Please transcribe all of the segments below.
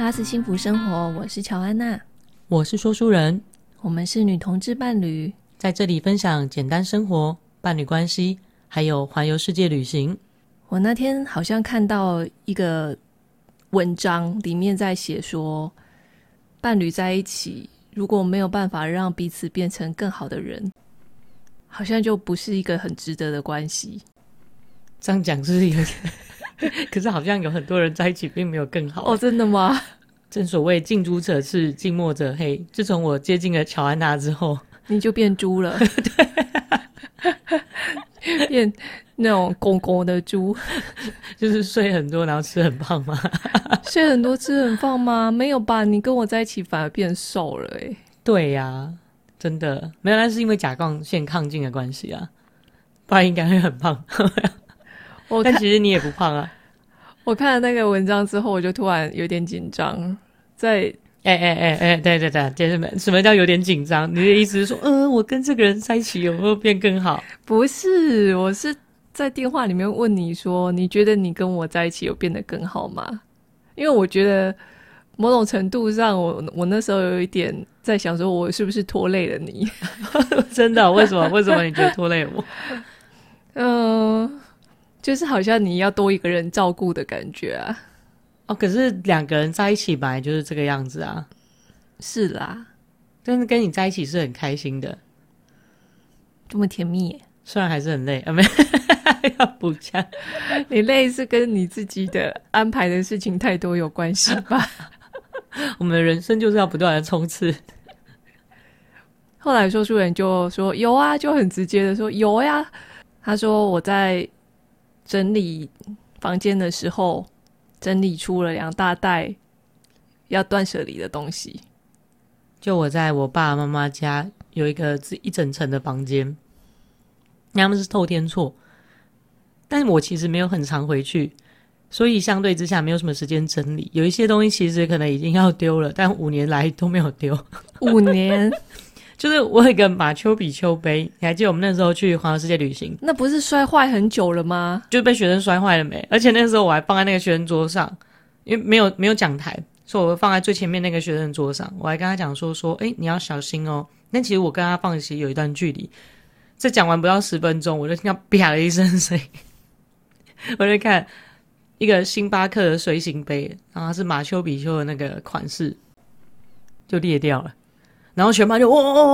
哈斯幸福生活，我是乔安娜， 我是说书人， 我们是女同志伴侣， 在这里分享简单生活、伴侣关系，还有环游世界旅行。 我那天好像看到一个文章，里面在写说，伴侣在一起如果没有办法让彼此变成更好的人，好像就不是一个很值得的关系。 这样讲是有点可是好像有很多人在一起并没有更好。 哦，真的吗？ 正所谓近朱者赤，近墨者黑。自从我接近了乔安娜之后， 你就变猪了。对，变那种公公的猪。 就是睡很多然后吃很胖吗？ 睡很多吃很胖吗？没有吧，你跟我在一起反而变瘦了耶。 对呀，真的没有，那是因为甲状腺亢进的关系啊，不然应该会很胖。但其实你也不胖啊。 我看了那个文章之后，我就突然有点紧张。对， 什么叫有点紧张？你的意思是说，我跟这个人在一起有没有变更好？ 不是，我是在电话里面问你说，你觉得你跟我在一起有变得更好吗？因为我觉得某种程度上我那时候有一点在想说，我是不是拖累了你？ 真的？为什么你觉得拖累我？就是好像你要多一个人照顾的感觉啊。 哦，可是两个人在一起本来就是这个样子啊。 是啦， 但是跟你在一起是很开心的， 这么甜蜜耶。 虽然还是很累啊，没要补枪。 你累是跟你自己的安排的事情太多有关系吧？ 我们的人生就是要不断的冲刺。 后来说书人就说有啊，就很直接的说有呀。他说我在整理房间的时候，整理出了2大袋要断舍离的东西。 就我在我爸妈妈家有一个一整层的房间，他们是透天厝，但我其实没有很常回去，所以相对之下没有什么时间整理。有一些东西其实可能已经要丢了，但5年来都没有丢。 5年？ 就是我有一个马丘比丘杯，你还记得我们那时候去环游世界旅行， 那不是摔坏很久了吗？ 就被学生摔坏了没？而且那时候我还放在那个学生桌上，因为没有讲台，所以我放在最前面那个学生桌上。我还跟他讲说你要小心哦。但其实我跟他放其实有一段距离，这讲完不到10分钟，我就听到啪了一声声音，我就看一个星巴克的随行杯，然后它是马丘比丘的那个款式，就裂掉了。然后全班就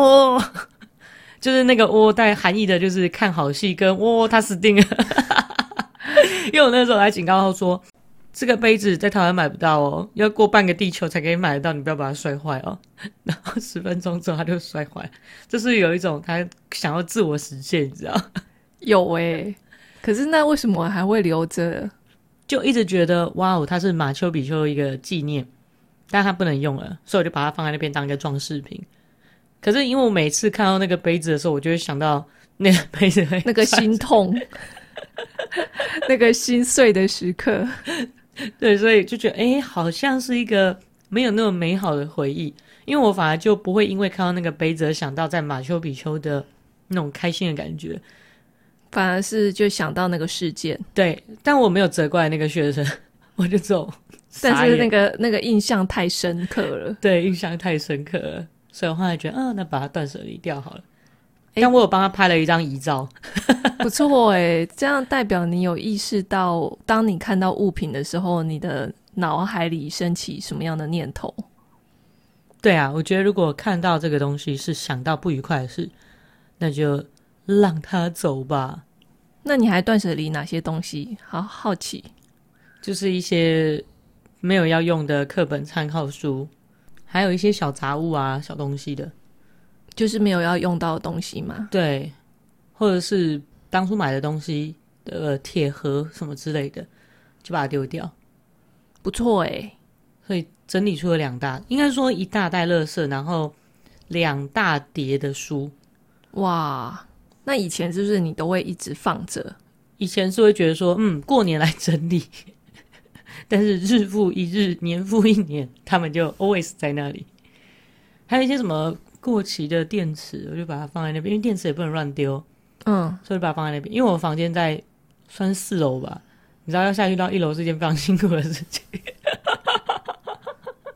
就是那个带含义的，就是看好戏跟他死定了。因为我那时候还警告他说，这个杯子在台湾买不到哦，要过半个地球才可以买得到，你不要把它摔坏哦。然后10分钟之后他就摔坏，就是有一种他想要自我实现，你知道？ 有耶，可是那为什么还会留着？ 就一直觉得哇它是马丘比丘一个纪念，但它不能用了，所以我就把它放在那边当一个装饰品。可是因为我每次看到那个杯子的时候，我就会想到那个杯子会那个心痛那个心碎的时刻。 对，所以就觉得好像是一个没有那么美好的回忆。因为我反而就不会因为看到那个杯子而想到在马丘比丘的那种开心的感觉， 反而是就想到那个事件。 对，但我没有责怪那个学生，我就走。 但是那个印象太深刻了。 对，印象太深刻了，所以我后来觉得那把它断舍离掉好了。但我有帮他拍了一张遗照。 不错耶，这样代表你有意识到当你看到物品的时候，你的脑海里升起什么样的念头。 对啊，我觉得如果看到这个东西是想到不愉快的事，那就让它走吧。 那你还断舍离哪些东西？好奇。 就是一些没有要用的课本参考书，还有一些小杂物啊小东西的， 就是没有要用到的东西吗？ 对，或者是当初买的东西的铁盒什么之类的，就把它丢掉。 不错耶， 所以整理出了应该说1大袋垃圾，然后2大叠的书。 哇，那以前是不是你都会一直放着？ 以前是会觉得说过年来整理，但是日复一日年复一年，他们就 always 在那里。还有一些什么过期的电池，我就把它放在那边，因为电池也不能乱丢，所以就把它放在那边。因为我房间在算4楼吧，你知道要下去到1楼是一件非常辛苦的事情。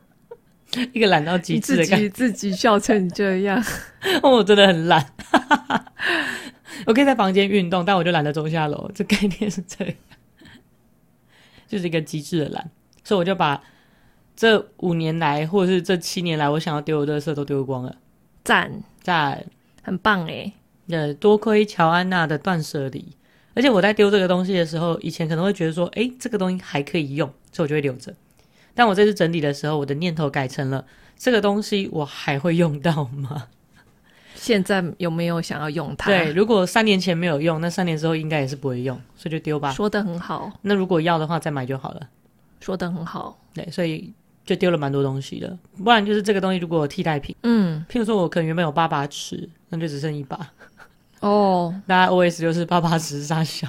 一个懒到极致的感觉， 自己笑成这样。 我真的很懒。我可以在房间运动，但我就懒得走下楼，这概念是这样，就是一个极致的懒。所以我就把这5年来或者是这7年来我想要丢的垃圾都丢光了。 赞，很棒耶。 多亏乔安娜的断舍离。而且我在丢这个东西的时候，以前可能会觉得说这个东西还可以用，所以我就会留着。但我这次整理的时候，我的念头改成了这个东西我还会用到吗？ 现在有没有想要用它？ 对，如果3年前没有用，那3年之后应该也是不会用，所以就丢吧。 说得很好。 那如果要的话再买就好了。 说得很好。 对，所以就丢了蛮多东西的。不然就是这个东西如果有替代品，譬如说我可能原本有8把尺，那就只剩1把。大家 OS 就是8把尺杀小。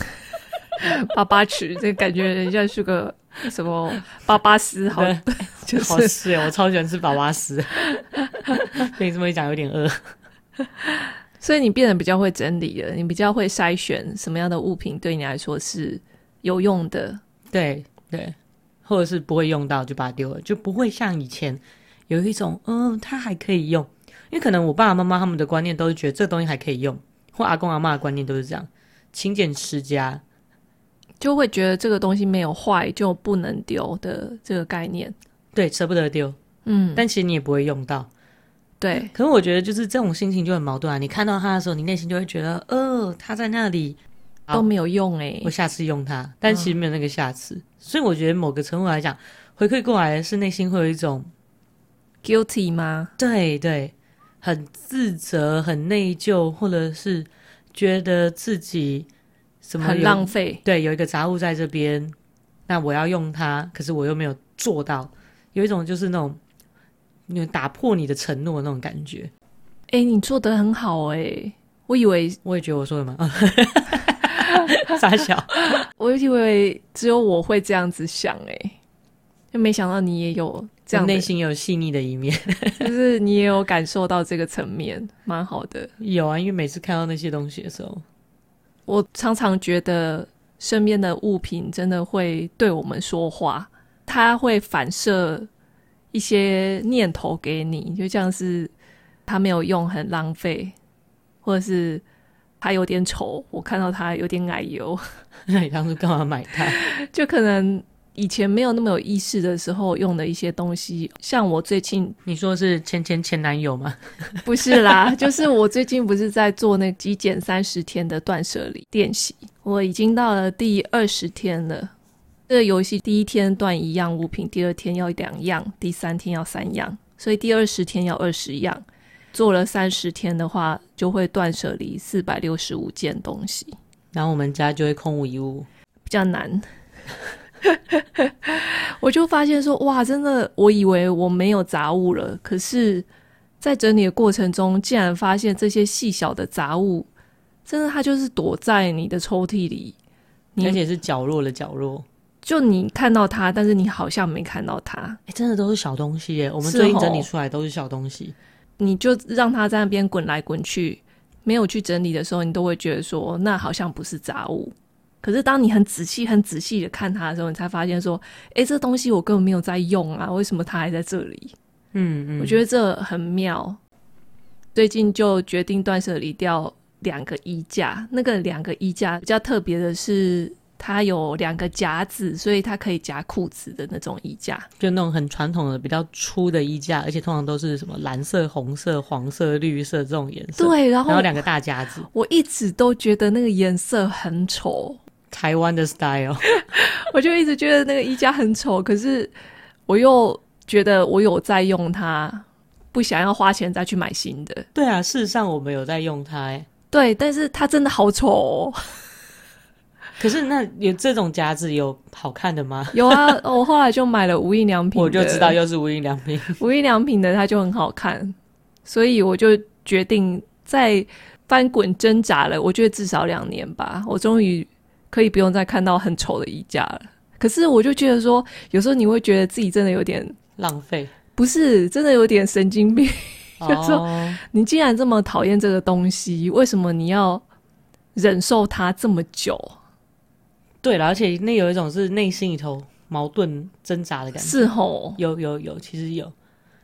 8把尺，这感觉人家是个什么巴巴斯，好， 就是好吃耶，我超喜欢吃巴巴斯。被你这么一讲，有点饿。 所以你变得比较会整理了，你比较会筛选什么样的物品对你来说是有用的。 对对，或者是不会用到就把它丢了，就不会像以前有一种它还可以用。因为可能我爸爸妈妈他们的观念都是觉得这个东西还可以用，或阿公阿嬷的观念都是这样，勤俭持家， 就会觉得这个东西没有坏就不能丢的这个概念。 对，舍不得丢。但其实你也不会用到。 对， 可是我觉得就是这种心情就很矛盾啊。你看到它的时候，你内心就会觉得它在那里都没有用我下次用它，但其实没有那个下次。所以我觉得某个程度来讲，回馈过来的是内心会有一种 guilty 吗？ 对对，很自责，很内疚，或者是觉得自己什么很浪费。 对，有一个杂物在这边，那我要用它，可是我又没有做到，有一种就是那种打破你的承诺的那种感觉。 你做得很好我也觉得我说的蛮傻小。 我以为只有我会这样子想就没想到你也有这样的， 内心有细腻的一面。 就是你也有感受到这个层面，蛮好的。 有啊，因为每次看到那些东西的时候， 我常常觉得身边的物品真的会对我们说话，它会反射一些念头给你，就像是它没有用很浪费，或者是它有点丑，我看到它有点奶油。 那你当初干嘛买它？ 就可能以前没有那么有意识的时候用的一些东西，像我最近， 你说是前男友吗？ 不是啦，就是我最近不是在做那极简30天的断舍离练习，我已经到了第20天了。这个游戏第1天断1样物品，第2天要2样，第3天要3样，所以第20天要20样。做了30天的话，就会断舍离465件东西， 然后我们家就会空无一物， 比较难。我就发现说，哇，真的，我以为我没有杂物了，可是在整理的过程中，竟然发现这些细小的杂物，真的它就是躲在你的抽屉里， 而且是角落的角落。 就你看到它，但是你好像没看到它。 真的都是小东西耶，我们最近整理出来都是小东西。 你就让它在那边滚来滚去，没有去整理的时候，你都会觉得说那好像不是杂物。可是当你很仔细的看它的时候，你才发现说这东西我根本没有在用啊，为什么它还在这里？我觉得这很妙。最近就决定断舍离掉2个衣架，那个2个衣架比较特别的是它有2个夹子，所以它可以夹裤子的那种衣架， 就那种很传统的比较粗的衣架，而且通常都是什么蓝色、红色、黄色、绿色这种颜色。 对，然后 2个大夹子。 我一直都觉得那个颜色很丑， 台湾的 style。 我就一直觉得那个衣架很丑，可是我又觉得我有在用它，不想要花钱再去买新的。 对啊，事实上我们有在用它对，但是它真的好丑可是那有这种夹子有好看的吗？ 有啊，我后来就买了无印良品的， 我就知道又是无印良品。 无印良品的它就很好看，所以我就决定在翻滚挣扎了，我觉得至少2年吧，我终于可以不用再看到很丑的衣架了。可是我就觉得说，有时候你会觉得自己真的有点浪费， 不是真的有点神经病。就是说你既然这么讨厌这个东西，为什么你要忍受它这么久？ 对了，而且那有一种是内心里头矛盾挣扎的感觉。 是吼， 有，其实有。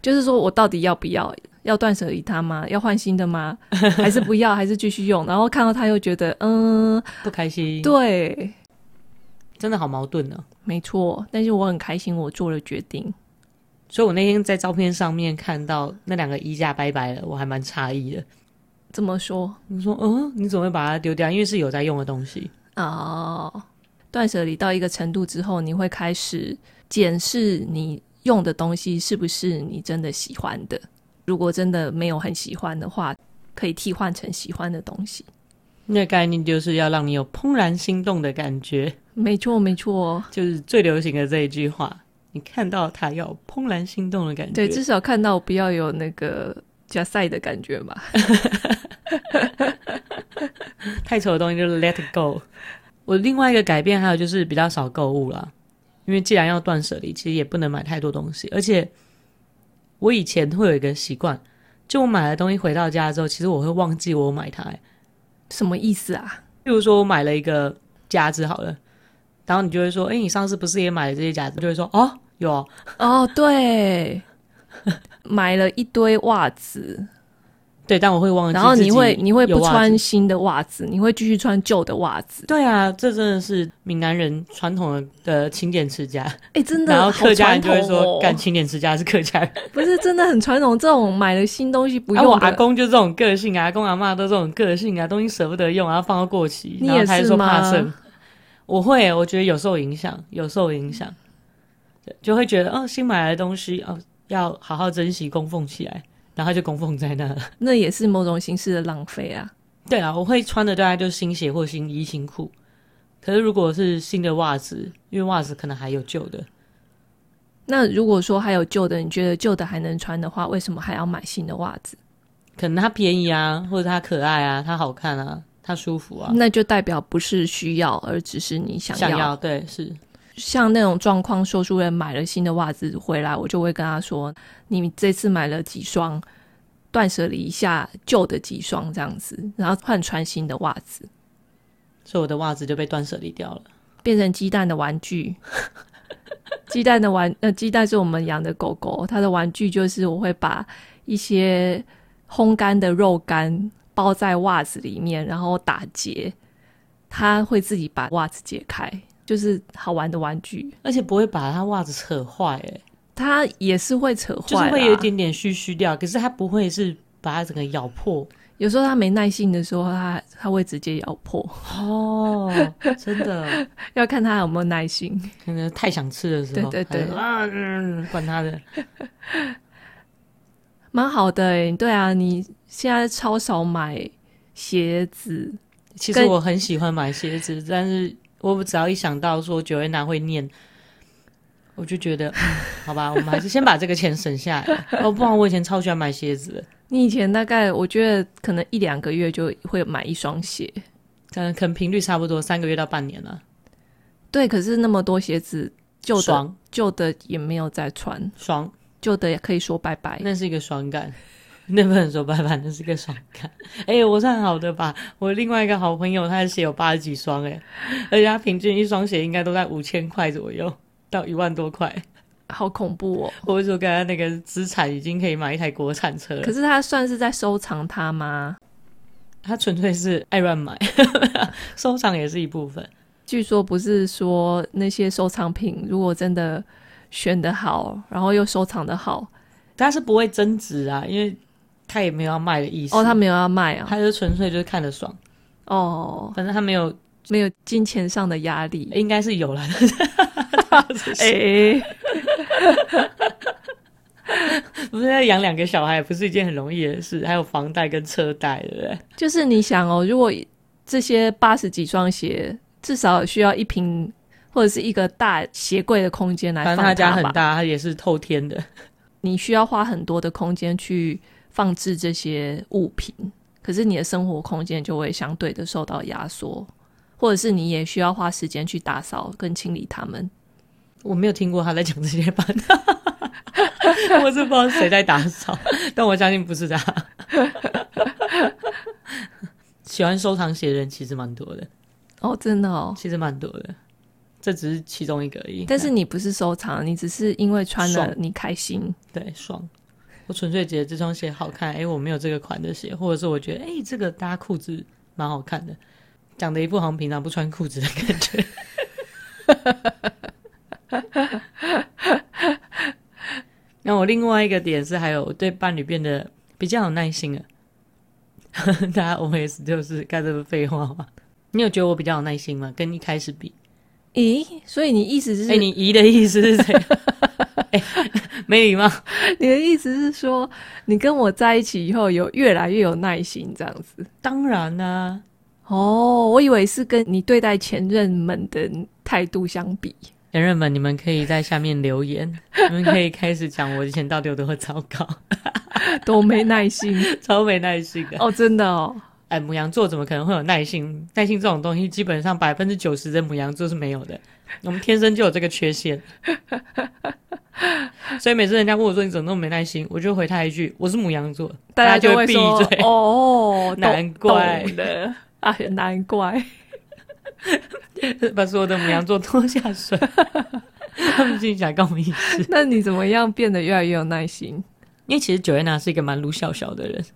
就是说我到底要不要断舍离它吗？要换新的吗？还是不要？还是继续用？然后看到它又觉得不开心。 对， 真的好矛盾呢。 没错，但是我很开心我做了决定。 所以我那天在照片上面看到那2个衣架拜拜了，我还蛮诧异的。 怎么说？ 你说你怎么会把它丢掉？因为是有在用的东西。 断舍离到一个程度之后，你会开始检视你用的东西是不是你真的喜欢的。如果真的没有很喜欢的话，可以替换成喜欢的东西。 那个概念就是要让你有怦然心动的感觉。 没错没错， 就是最流行的这一句话，你看到它要有怦然心动的感觉。 对，至少看到不要有那个加塞的感觉吧。 太丑的东西就 let it go。 我另外一个改变还有就是比较少购物啦，因为既然要断舍离，其实也不能买太多东西。而且我以前会有一个习惯，就我买了东西回到家之后，其实我会忘记我买它。 什么意思啊？ 例如说我买了一个夹子好了，然后你就会说你上次不是也买了这些夹子？就会说有对。买了一堆袜子， 对，但我会忘记， 然后你会不穿新的袜子，你会继续穿旧的袜子。 对啊，这真的是闽南人传统的勤俭持家。 真的， 然后客家人就会说干勤俭持家是客家人。 不是，真的很传统，这种买了新东西不用的。 我阿公就这种个性啊，阿公阿嬷都这种个性啊，东西舍不得用，然后放到过期。 你也是吗？ 然后他就说怕剩。我会，我觉得有受影响，就会觉得新买来的东西要好好珍惜供奉起来，然后就供奉在那了。 那也是某种形式的浪费啊。 对啊，我会穿的大概就是新鞋或新衣新裤。可是如果是新的袜子，因为袜子可能还有旧的。 那如果说还有旧的，你觉得旧的还能穿的话，为什么还要买新的袜子？ 可能它便宜啊，或者它可爱啊，它好看啊，它舒服啊。 那就代表不是需要，而只是你想要。 对，是。 像那种状况，说书人买了新的袜子回来，我就会跟他说，你这次买了几双，断舍离一下旧的几双这样子，然后换穿新的袜子。 所以我的袜子就被断舍离掉了， 变成鸡蛋的玩具。鸡蛋是我们养的狗狗，它的玩具就是我会把一些烘干的肉干包在袜子里面，然后打结，它会自己把袜子解开，就是好玩的玩具。 而且不会把它袜子扯坏。 它也是会扯坏， 就是会有一点点虚掉，可是它不会是把它整个咬破。 有时候它没耐性的时候，它会直接咬破。 真的要看它有没有耐心， 可能太想吃的时候。 对管它的。 蛮好的对啊，你现在超少买鞋子。 其实我很喜欢买鞋子，但是我只要一想到说九月娜会念，我就觉得好吧，我们还是先把这个钱省下来。不然我以前超喜欢买鞋子的。 你以前大概我觉得可能1-2个月就会买一双鞋， 可能频率差不多3个月到半年了。 对，可是那么多鞋子，旧的也没有再穿， 爽， 旧的也可以说拜拜， 那是一个爽感。那不能说拜拜，那是一个爽感。我算好的吧？我另外一个好朋友，他的鞋有80几双而且他平均一双鞋应该都在5000块左右到1万多块。 好恐怖哦！ 我说跟他那个资产已经可以买一台国产车了。 可是他算是在收藏它吗？ 他纯粹是爱乱买。收藏也是一部分。 据说不是说那些收藏品如果真的选得好，然后又收藏得好， 他是不会增值啊，因为他也没有要卖的意思。 他没有要卖啊， 他就纯粹就是看得爽。反正他没有金钱上的压力。 应该是有了。不是在养2个小孩不是一件很容易的事，还有房贷跟车贷，对不对？ 就是你想如果这些80几双鞋至少需要1坪或者是一个大鞋柜的空间来放它吧。 反正他家很大，他也是透天的。 你需要花很多的空间去放置这些物品，可是你的生活空间就会相对的受到压缩，或者是你也需要花时间去打扫跟清理它们。 我没有听过他在讲这些吧。我是不知道谁在打扫，但我相信不是他。喜欢收藏鞋的人其实蛮多的。 真的其实蛮多的，这只是其中一个而已。 但是你不是收藏，你只是因为穿了你开心。 对，爽。 我纯粹觉得这双鞋好看，我没有这个款的鞋，或者是我觉得这个搭裤子蛮好看的，讲的一副好像平常不穿裤子的感觉。那我另外一个点是，还有对伴侣变得比较有耐心了。大家 OS 就是干这个废话吗？你有觉得我比较有耐心吗？跟一开始比？ 咦，所以你意思是？ 你姨的意思是怎样？没礼貌。 你的意思是说，你跟我在一起以后有越来越有耐心这样子？ 当然啦、 哦，我以为是跟你对待前任们的态度相比。 前任们，你们可以在下面留言，你们可以开始讲我以前到底有多糟糕， 多没耐心， 超没耐心的。 哦，真的哦。 牡羊座怎么可能会有耐心？耐心这种东西，基本上90%的牡羊座是没有的，我们天生就有这个缺陷。所以每次人家问我说你怎么那么没耐心，我就回他一句我是牡羊座， 大家就会闭嘴。 哦， 难怪了，哎，难怪。 把所有的牡羊座拖下水。他们心想跟我们意思。 那你怎么样变得越来越有耐心？ 因为其实Joanna是一个蛮鲁小小的人。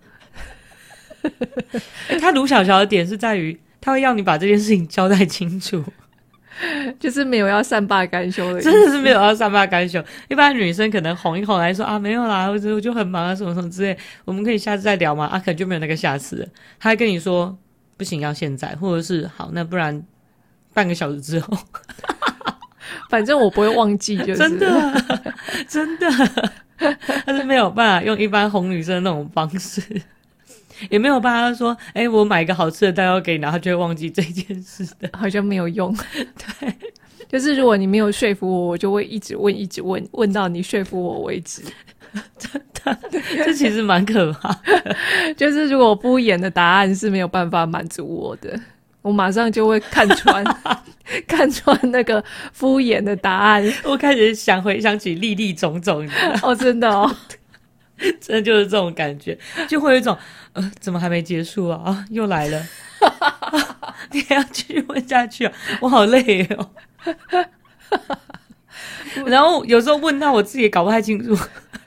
他鲁小小的点是在于他会要你把这件事情交代清楚， 就是没有要善罢甘休的意思。 真的是没有要善罢甘休。一般女生可能哄一哄来说啊没有啦，我就很忙啊什么什么之类，我们可以下次再聊吗？可能就没有那个下次了。他还跟你说不行要现在，或者是好那不然半个小时之后。 反正我不会忘记，就是真的真的。他是没有办法用一般哄女生的那种方式，也没有办法说我买一个好吃的蛋糕给你，然后就会忘记这件事的， 好像没有用。 对， 就是如果你没有说服我，我就会一直问一直问，问到你说服我为止。 真的，这其实蛮可怕的。 就是如果敷衍的答案是没有办法满足我的，我马上就会看穿看穿那个敷衍的答案。 我开始回想起历历种种，你知道吗？ 哦，真的哦。 真的就是这种感觉，就会有一种怎么还没结束啊？又来了。你还要继续问下去啊？我好累哦。然后有时候问到我自己也搞不太清楚。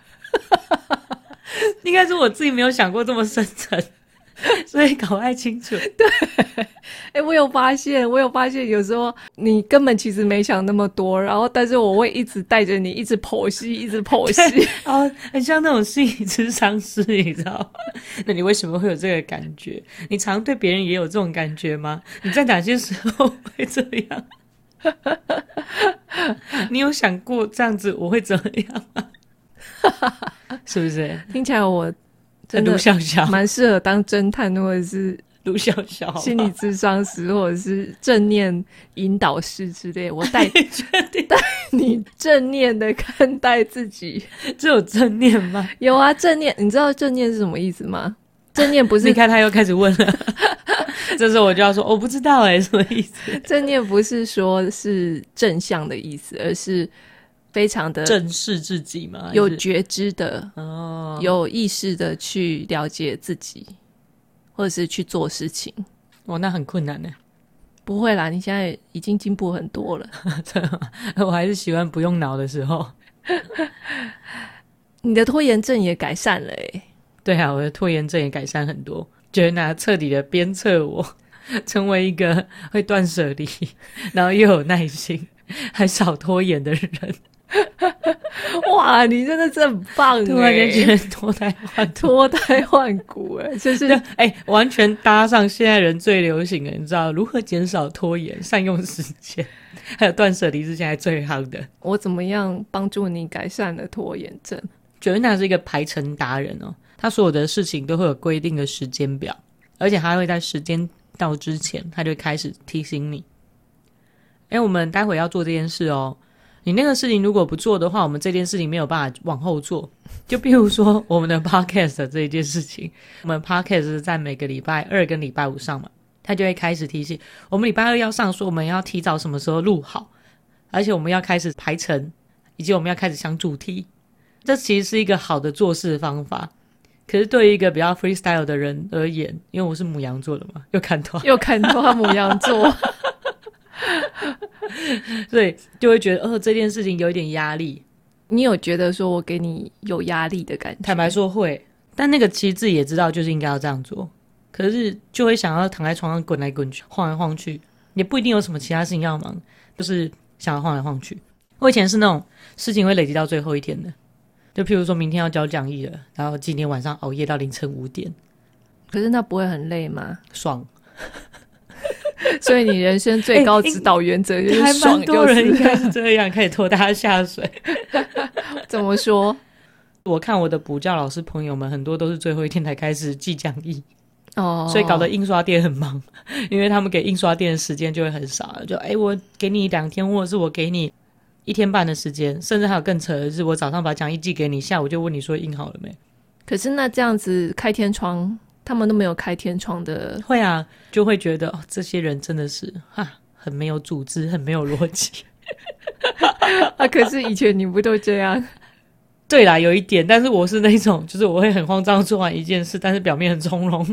应该是我自己没有想过这么深层，所以搞不太清楚。 对，我有发现有时候你根本其实没想那么多，然后但是我会一直带着你一直剖析一直剖析。 很像那种心理咨商师，你知道吗？那你为什么会有这个感觉？你常对别人也有这种感觉吗？你在哪些时候会这样？你有想过这样子我会怎么样吗？是不是听起来我真的蛮适合当侦探，或者是鲁小小心理咨商师，或者是正念引导师之类。我带你正念的看待自己。 这有正念吗？ 有啊，正念。你知道正念是什么意思吗？正念不是你看他又开始问了。这时候我就要说我不知道什么意思。 正念不是说是正向的意思，而是非常的正视自己吗？ 有觉知的有意识的去了解自己，或者是去做事情。 那很困难呢。 不会啦，你现在已经进步很多了。 我还是喜欢不用脑的时候。 你的拖延症也改善了对啊，我的拖延症也改善很多，觉得彻底的鞭策我成为一个会断舍离然后又有耐心还少拖延的人。 哇，你真的是很棒突然间觉得脱胎换骨就是完全搭上现在人最流行的，你知道如何减少拖延、善用时间，还有断舍离是现在最夯的。 我怎么样帮助你改善了拖延症 ？Joanna是一个排程达人他所有的事情都会有规定的时间表，而且他会在时间到之前他就会开始提醒你我们待会要做这件事你那个事情如果不做的话，我们这件事情没有办法往后做。就比如说我们的 podcast 这一件事情，我们 podcast 是在每个礼拜二跟礼拜五上嘛，他就会开始提醒我们礼拜二要上，说我们要提早什么时候录好，而且我们要开始排程，以及我们要开始想主题。这其实是一个好的做事方法，可是对于一个比较 freestyle 的人而言，因为我是牡羊座的嘛，又看到牡羊座所以就会觉得这件事情有一点压力， 你有觉得说我给你有压力的感觉？ 坦白说会，但那个其实自己也知道就是应该要这样做，可是就会想要躺在床上滚来滚去晃来晃去，也不一定有什么其他事情要忙，就是想要晃来晃去。我以前是那种事情会累积到最后一天的，就譬如说明天要交讲义了，然后今天晚上熬夜到凌晨5点。 可是那不会很累吗？ 爽。 所以你人生最高指导原则就是爽， 还蛮多人应该是这样，可以拖大家下水。 怎么说？ 我看我的补教老师朋友们很多都是最后一天才开始寄讲义，所以搞得印刷店很忙，因为他们给印刷店的时间就会很少了，就我给你2天，或者是我给你1天半的时间，甚至还有更扯的是，我早上把讲义寄给你，下午就问你说印好了没。 可是那这样子开天窗，他们都没有开天窗的。 会啊，就会觉得这些人真的是很没有组织，很没有逻辑。 可是以前你不都这样？ 对啦，有一点，但是我是那种，就是我会很慌张做完一件事，但是表面很从容。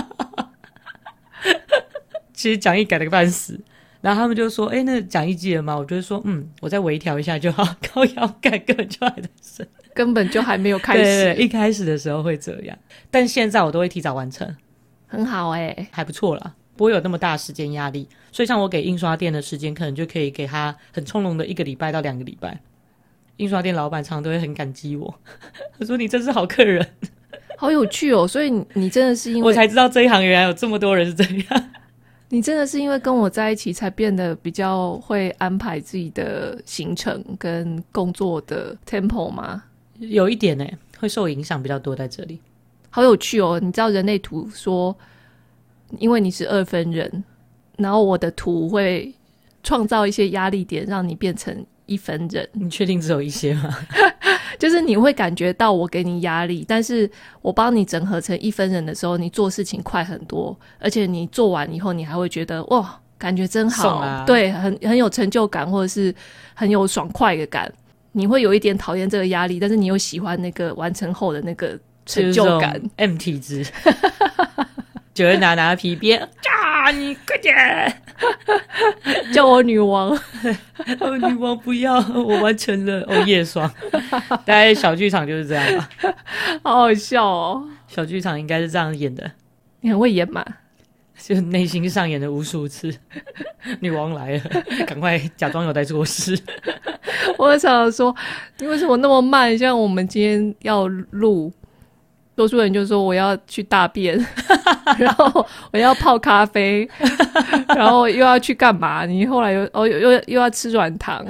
其实讲义改了个半死，然后他们就说：“那个讲义记了吗？”我就会说：“我再微调一下就好。”靠腰改根本就还在生， 根本就还没有开始。 对，一开始的时候会这样，但现在我都会提早完成， 很好还不错啦，不会有那么大时间压力。所以像我给印刷店的时间，可能就可以给他很从容的1个礼拜到2个礼拜。印刷店老板常常都会很感激我，他说：“你真是好客人。” 好有趣哦！所以你真的是因为我才知道这一行原来有这么多人是这样。 你真的是因为跟我在一起才变得比较会安排自己的行程跟工作的 tempo 吗？ 有一点会受影响比较多在这里。 好有趣哦！你知道人类图说，因为你是2分人，然后我的图会创造一些压力点，让你变成1分人。 你确定只有一些吗？ 就是你会感觉到我给你压力，但是我帮你整合成1分人的时候，你做事情快很多，而且你做完以后你还会觉得哇感觉真好，对，很有成就感，或者是很有爽快的感。你会有一点讨厌这个压力，但是你又喜欢那个完成后的那个成就感。 就是、M 体质。就会拿皮鞭，你快点叫我女王。 女王不要，我完成了，夜爽。大概小剧场就是这样吧。 好好笑哦， 小剧场应该是这样演的。 你很会演嘛， 就内心上演了无数次。女王来了，赶快假装有在做事。 我常常说你为什么那么慢，像我们今天要录，多数人就说我要去大便，然后我要泡咖啡，然后又要去干嘛？你后来又要吃软糖，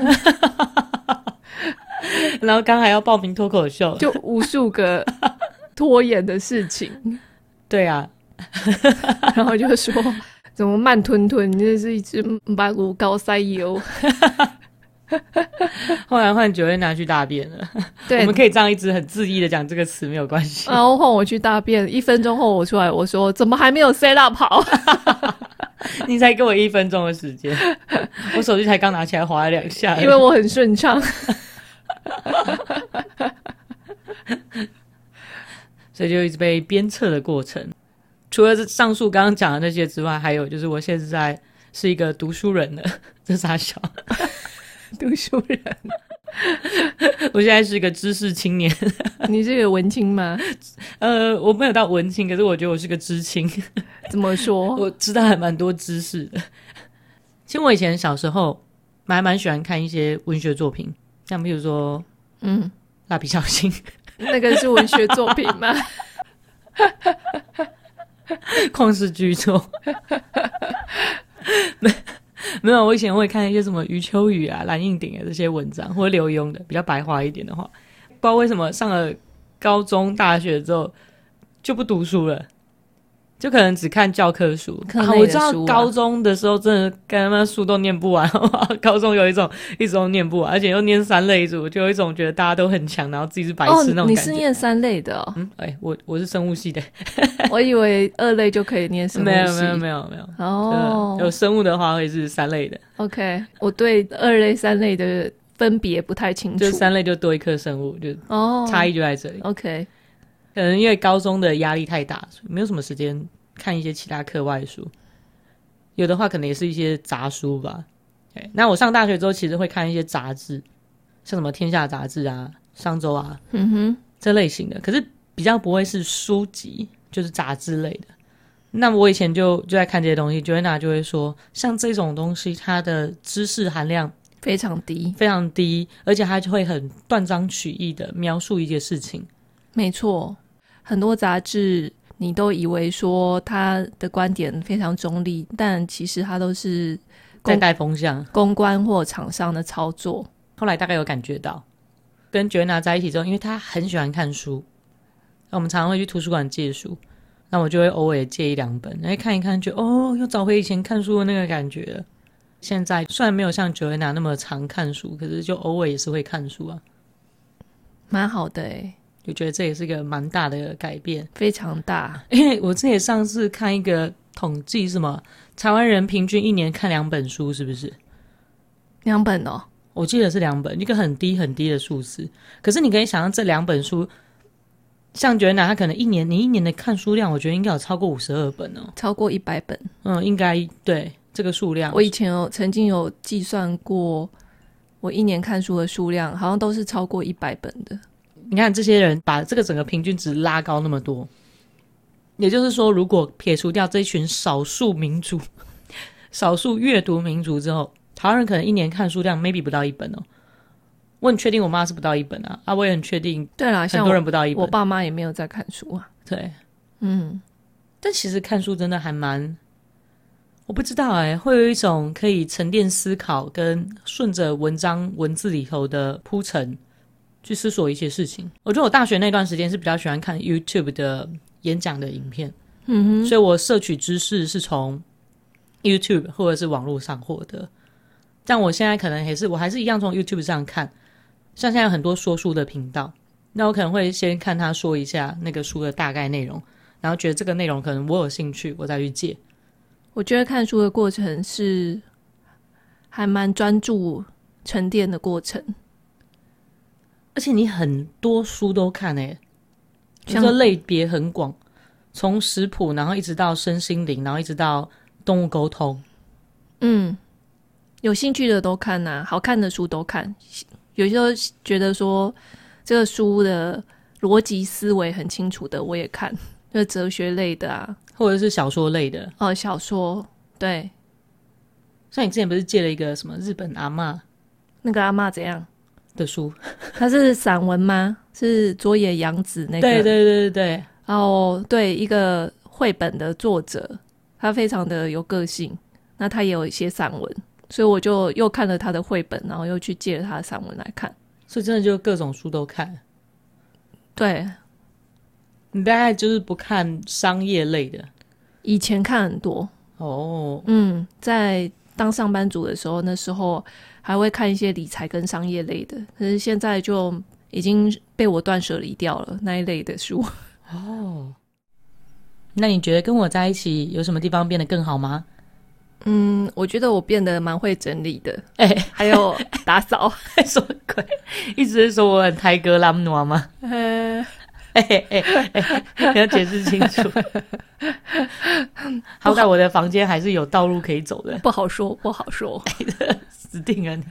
然后刚还要报名脱口秀， 就无数个拖延的事情。 对啊， 然后就说怎么慢吞吞，你这是一只马骨高塞油。 后来换九月拿去大便了。 对， 我们可以这样一直很恣意的讲这个词没有关系。 然后换我去大便，1分钟后我出来，我说怎么还没有 set up 好？ 你才给我1分钟的时间，我手机才刚拿起来滑了2下， 因为我很顺畅。 所以就一直被鞭策的过程。除了上述刚刚讲的那些之外，还有就是我现在是一个读书人了。这傻小读书人。 我现在是一个知识青年。 你是个文青吗？ 我没有到文青，可是我觉得我是个知青。 怎么说？ 我知道还蛮多知识的。其实我以前小时候还蛮喜欢看一些文学作品，像比如说蜡笔小新。 那个是文学作品吗？ 旷世巨作。没有，我以前会看一些什么余秋雨啊、蓝印鼎啊这些文章，或者刘墉的比较白话一点的话。不知道为什么上了高中大学之后就不读书了，就可能只看教科书。我知道高中的时候真的跟他们书都念不完。高中有一种一直都念不完，而且又念3类组，就有一种觉得大家都很强，然后自己是白痴那种感觉。 你是念3类的哦？ 我是生物系的。 我以为2类就可以念生物系。 没有哦， 有生物的话会是3类的。 OK， 我对2类3类的分别不太清楚。 就3类就多一科生物，就差异就在这里。 OK， 可能因为高中的压力太大，所以没有什么时间看一些其他课外书。有的话可能也是一些杂书吧。那我上大学之后其实会看一些杂志， 像什么天下杂志啊、商周啊嗯这类型的，可是比较不会是书籍，就是杂志类的。那我以前就在看这些东西 Joanna 就会说，像这种东西它的知识含量非常低， 非常低，而且它就会很断章取义的描述一件事情。 没错，很多杂志你都以为说他的观点非常中立，但其实他都是在带风向公关或厂商的操作。 后来大概有感觉到，跟 Joanna 在一起之后，因为她很喜欢看书，我们常常会去图书馆借书，那我就会偶尔借1-2本，然后看一看就又找回以前看书的那个感觉了。现在虽然没有像 Joanna 那么常看书，可是就偶尔也是会看书啊， 蛮好的耶， 就觉得这也是一个蛮大的改变， 非常大。 因为我之前上次看一个统计，什么台湾人平均1年看2本书，是不是 2本哦？ 我记得是2本，一个很低很低的数字。可是你可以想象这2本书，像Joanna他可能你一年的看书量，我觉得应该有超过52本哦， 超过100本。 应该对这个数量。 我以前曾经有计算过，我1年看书的数量好像都是超过100本的。 你看这些人把这个整个平均值拉高那么多，也就是说，如果撇除掉这一群少数民族、少数阅读民族之后，台湾人可能1年看书量 maybe 不到1本哦。我很确定我妈是不到1本啊，我也很确定， 对啦， 很多人不到1本。 我爸妈也没有在看书啊。 对， 嗯， 但其实看书真的还蛮，我不知道会有一种可以沉淀思考，跟顺着文字里头的铺陈去思索一些事情。我觉得我大学那段时间是比较喜欢看 YouTube 的演讲的影片，所以我摄取知识是从 YouTube 或者是网络上获得。但我现在可能我还是一样从 YouTube 上看，像现在有很多说书的频道，那我可能会先看他说一下那个书的大概内容，然后觉得这个内容可能我有兴趣，我再去借。 我觉得看书的过程是还蛮专注沉淀的过程， 而且你很多书都看这个类别很广，从食谱，然后一直到身心灵，然后一直到动物沟通。 有兴趣的都看啊，好看的书都看。有时候觉得说这个书的逻辑思维很清楚的我也看，就是哲学类的啊， 或者是小说类的。 小说，对。 像你之前不是借了一个什么日本阿嬷， 那个阿嬷怎样的书？ 它是散文吗？是佐野洋子那个？ 对对对对对。 对，一个绘本的作者，他非常的有个性，那他也有一些散文，所以我就又看了他的绘本，然后又去借了他的散文来看。 所以真的就各种书都看。 对， 你大概就是不看商业类的？ 以前看很多在当上班族的时候，那时候还会看一些理财跟商业类的，可是现在就已经被我断舍离掉了那一类的书。 那你觉得跟我在一起有什么地方变得更好吗？ 我觉得我变得蛮会整理的，还有打扫。 什么鬼？一直是说我很台哥拉姆诺吗？你要解释清楚。好歹我的房间还是有道路可以走的。 不好说，不好说。 死定了。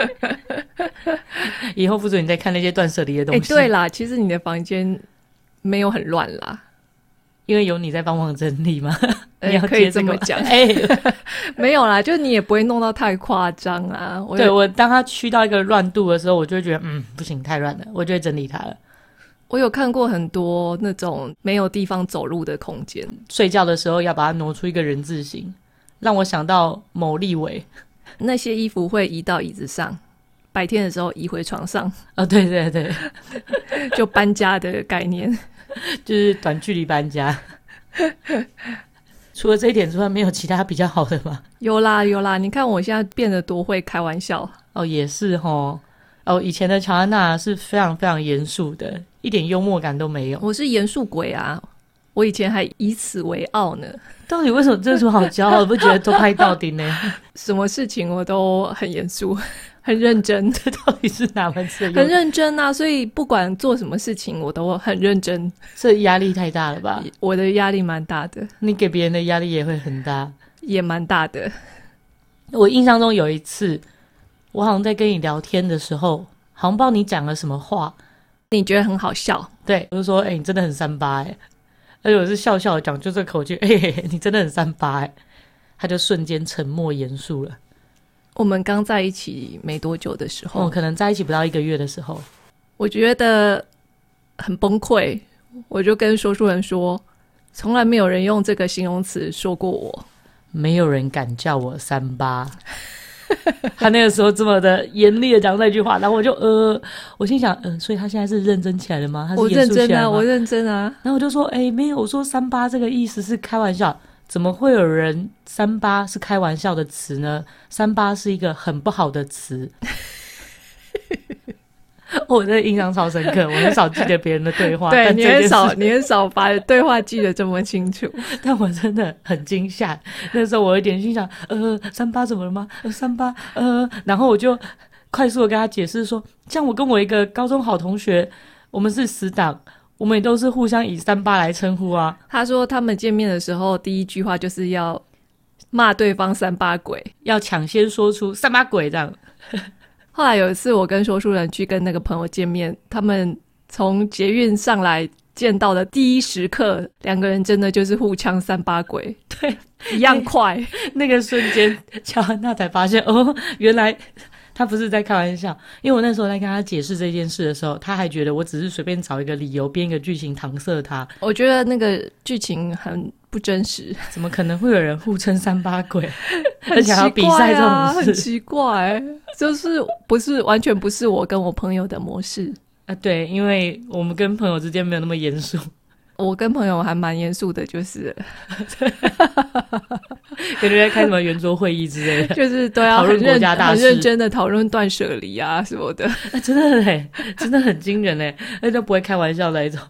以后不准你再看那些断舍离的东西。 对啦，其实你的房间没有很乱啦， 因为有你在帮忙整理嘛。你要可以这么讲。没有啦，就你也不会弄到太夸张啊。 对，我当他去到一个乱度的时候，我就会觉得不行，太乱了，我就会整理它了。 我有看过很多那种没有地方走路的空间， 睡觉的时候要把它挪出一个人字形，让我想到某立委。 那些衣服会移到椅子上，白天的时候移回床上。 对对对。 就搬家的概念。 就是短距离搬家。除了这一点之外，没有其他比较好的吗？ 有啦有啦，你看我现在变得多会开玩笑。 也是以前的乔安娜是非常非常严肃的，一点幽默感都没有。 我是严肃鬼啊，我以前还以此为傲呢。 到底为什么这有什么好骄傲的？不觉得都拍到底呢？ 什么事情我都很严肃很认真。 这到底是哪门子的？ 很认真啊，所以不管做什么事情我都很认真。 这压力太大了吧？ 我的压力蛮大的。 你给别人的压力也会很大？ 也蛮大的。 我印象中有一次我好像在跟你聊天的时候， 好像不知道你讲了什么话， 你觉得很好笑， 对，我就说你真的很38而且我是笑笑的讲，就这口气，你真的很38他就瞬间沉默严肃了。 我们刚在一起没多久的时候， 可能在一起不到1个月的时候， 我觉得很崩溃，我就跟说书人说，从来没有人用这个形容词说过我， 没有人敢叫我38他那个时候这么的严厉的讲那句话，然后我就我心想所以他现在是认真起来了吗？他是严肃起来吗？ 我认真啊。 然后我就说没有，我说38这个意思是开玩笑，怎么会有人38是开玩笑的词呢？38是一个很不好的词我真的印象超深刻，我很少记得别人的对话对， 但你很少把对话记得这么清楚但我真的很惊吓，那时候我有点心想38怎么了吗38然后我就快速的跟他解释说，像我跟我一个高中好同学，我们是死党，我们也都是互相以38来称呼啊。 他说他们见面的时候第一句话就是要骂对方38鬼， 要抢先说出38鬼这样后来有一次我跟说书人去跟那个朋友见面，他们从捷运上来见到的第一时刻，两个人真的就是互呛38鬼， 对， 一样快那个瞬间乔安娜才发现原来他不是在开玩笑，因为我那时候在跟他解释这件事的时候，他还觉得我只是随便找一个理由编一个剧情搪塞他。 我觉得那个剧情很不真实， 怎么可能会有人互称38鬼而且还要比赛这种事很奇怪就是完全不是我跟我朋友的模式对，因为我们跟朋友之间没有那么严肃， 我跟朋友还蛮严肃的，就是感觉在开什么圆桌会议之类的， 就是都要讨论国家大事， 很认真的讨论断舍离啊什么的真的真的很惊人而且都不会开玩笑的那种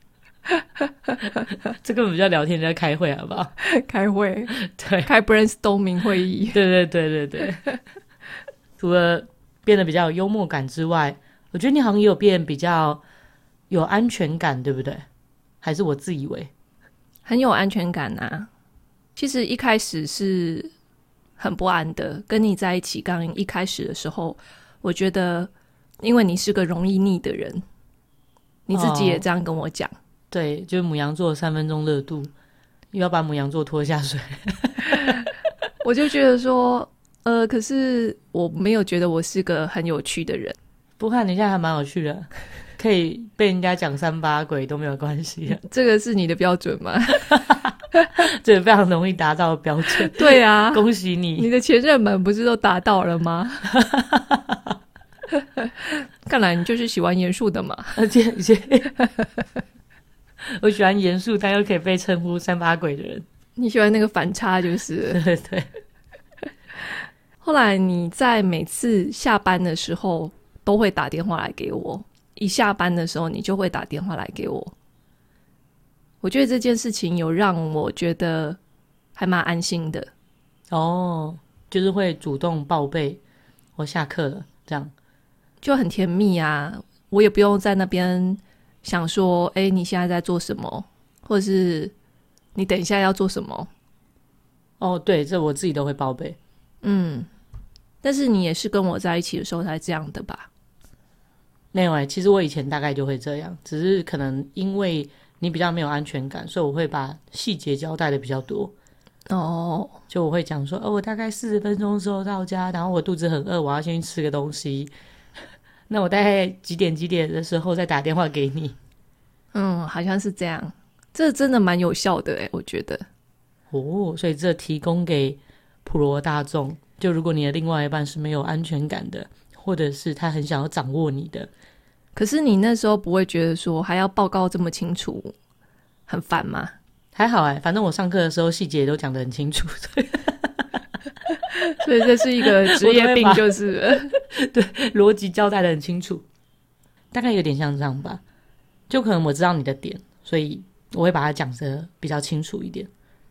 这根本不叫聊天，就在开会好不好？ 开会， 对， 开 brainstorming 会议对除了变得比较有幽默感之外，我觉得你好像也有变比较有安全感，对不对？还是我自以为？ 很有安全感啊。其实一开始是很不安的，跟你在一起刚一开始的时候，我觉得因为你是个容易腻的人，你自己也这样跟我讲对，就是牡羊座3分钟热度，又要把牡羊座拖下水我就觉得说可是我没有觉得我是个很有趣的人。 不看你现在还蛮有趣的，可以被人家讲38鬼都没有关系这个是你的标准吗？ 这个非常容易达到的标准对啊， 恭喜你， 你的前任们不是都达到了吗？看来你就是喜欢严肃的嘛。 而且我喜欢严肃但又可以被称呼38鬼的人。 你喜欢那个反差就是对后来你在每次下班的时候都会打电话来给我，一下班的时候你就会打电话来给我。我觉得这件事情有让我觉得还蛮安心的。 就是会主动报备我下课了，这样就很甜蜜啊。我也不用在那边想说你现在在做什么，或者是你等一下要做什么。 对，这我自己都会报备。 但是你也是跟我在一起的时候才这样的吧？ 没有其实我以前大概就会这样，只是可能因为你比较没有安全感，所以我会把细节交代的比较多。就我会讲说我大概40分钟之后到家，然后我肚子很饿，我要先去吃个东西那我大概几点的时候再打电话给你。 好像是这样，这真的蛮有效的我觉得。 所以这提供给普罗大众，就如果你的另外一半是没有安全感的，或者是他很想要掌握你的， 可是你那时候不会觉得说还要报告这么清楚很烦吗？ 还好反正我上课的时候细节都讲得很清楚所以这是一个职业病就是对，逻辑交代得很清楚，大概有点像这样吧。就可能我知道你的点，所以我会把它讲得比较清楚一点。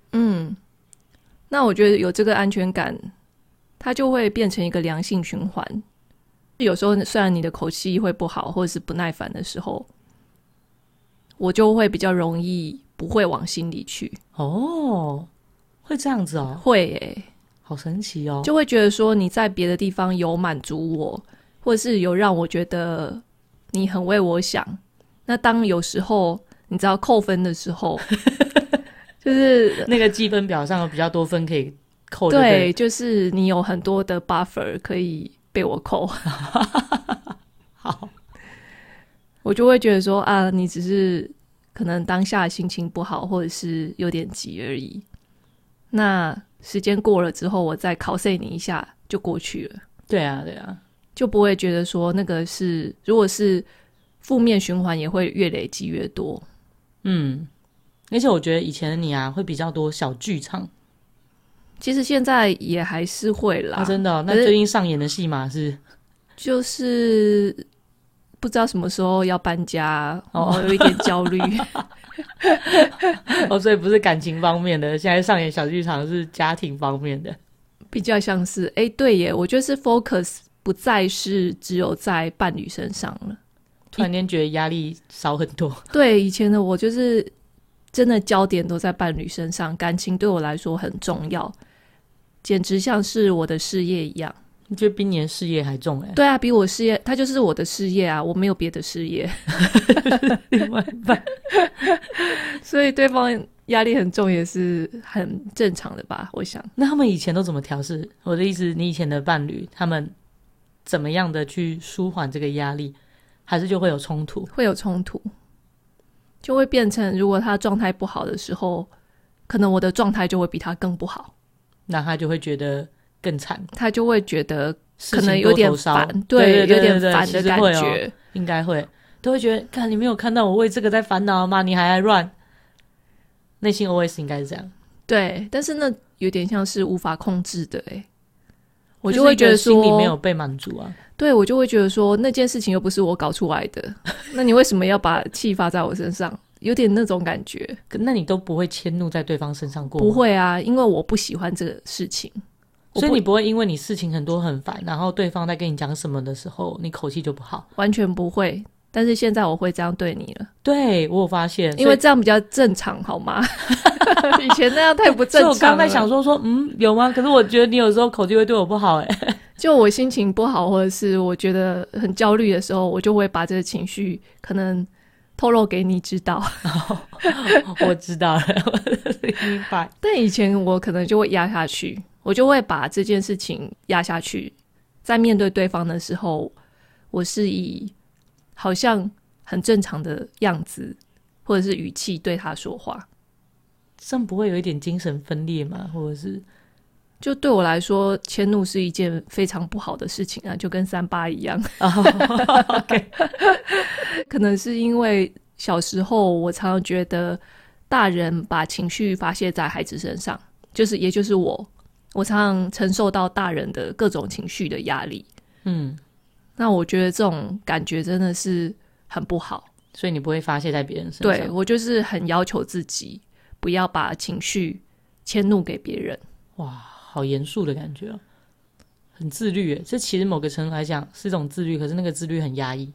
那我觉得有这个安全感，它就会变成一个良性循环。有时候虽然你的口气会不好或者是不耐烦的时候，我就会比较容易不会往心里去。 会这样子会好神奇就会觉得说你在别的地方有满足我， 或是有让我觉得你很为我想。那当有时候你知道扣分的时候就是那个积分表上有比较多分可以扣的， 对，就是你有很多的 buffer 可以被我扣好， 我就会觉得说啊，你只是可能当下心情不好或者是有点急而已，那时间过了之后我再考试你一下就过去了。 对啊对啊， 就不会觉得说那个是如果是负面循环也会越累积越多。 而且我觉得以前的你啊会比较多小剧场。 其实现在也还是会啦， 真的那最近上演的戏码是就是不知道什么时候要搬家，有一点焦虑所以不是感情方面的，现在上演小剧场是家庭方面的， 比较像是对耶，我觉得是 focus 不再是只有在伴侣身上了， 突然间觉得压力少很多。 对，以前的我就是真的焦点都在伴侣身上，感情对我来说很重要，简直像是我的事业一样。 你觉得比你的事业还重对啊，比我事业，他就是我的事业啊，我没有别的事业另外一半所以对方压力很重也是很正常的吧，我想。 那他们以前都怎么调试？我的意思，你以前的伴侣他们怎么样的去舒缓这个压力？还是就会有冲突？ 会有冲突，就会变成如果他状态不好的时候，可能我的状态就会比他更不好， 那他就会觉得更惨， 他就会觉得可能有点烦， 对， 有点烦的感觉， 应该会都会觉得，看你没有看到我为这个在烦恼吗？你还来乱，内心 OS 应该是这样。 对，但是那有点像是无法控制的我就会觉得说心里没有被满足啊。 对，我就会觉得说那件事情又不是我搞出来的那你为什么要把气发在我身上，有点那种感觉。 那你都不会迁怒在对方身上过吗？ 不会啊，因为我不喜欢这个事情， 所以你不会因为你事情很多很烦，然后对方在跟你讲什么的时候你口气就不好？ 完全不会，但是现在我会这样对你了。 对，我有发现， 因为这样比较正常好吗以前那样太不正常了。 所以我刚才想说有吗？可是我觉得你有时候口气会对我不好就我心情不好或者是我觉得很焦虑的时候，我就会把这个情绪可能透露给你知道我知道了明白。 但以前我可能就会压下去，我就会把这件事情压下去，在面对对方的时候，我是以好像很正常的样子或者是语气对他说话。 这样不会有一点精神分裂吗？或者是就对我来说迁怒是一件非常不好的事情啊，就跟38一样 okay. 可能是因为小时候我常常觉得大人把情绪发泄在孩子身上，也就是我常常承受到大人的各种情绪的压力。那我觉得这种感觉真的是很不好， 所以你不会发泄在别人身上。 对，我就是很要求自己不要把情绪迁怒给别人。 哇，好严肃的感觉哦，很自律耶。这其实某个程度来讲是一种自律，可是那个自律很压抑。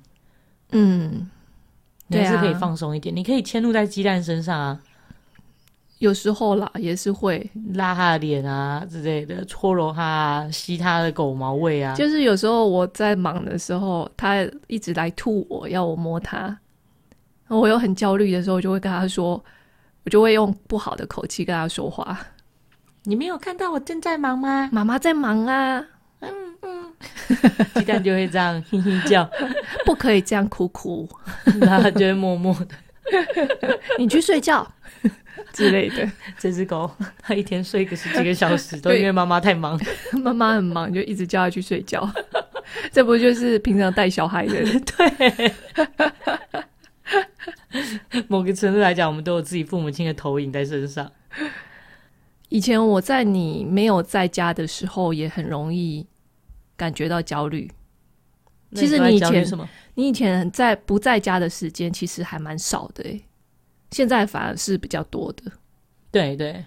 你还是可以放松一点，你可以迁怒在鸡蛋身上啊， 有时候啦也是会拉他的脸啊之类的，搓揉他啊，吸他的狗毛味啊。 就是有时候我在忙的时候，他一直来吐我，要我摸他，然后我又很焦虑的时候，我就会跟他说，我就会用不好的口气跟他说话。 你没有看到我正在忙吗？ 妈妈在忙啊。 鸡蛋就会这样嘿嘿叫， 不可以这样哭哭， 然后他就会默默的你去睡觉之类的。 这只狗它一天睡个10几个小时都因为妈妈太忙妈妈很忙就一直叫它去睡觉这不就是平常带小孩的人对某个程度来讲我们都有自己父母亲的投影在身上。 以前我在你没有在家的时候也很容易感觉到焦虑。其实你以前不在家的时间其实还蛮少的现在反而是比较多的。 对对，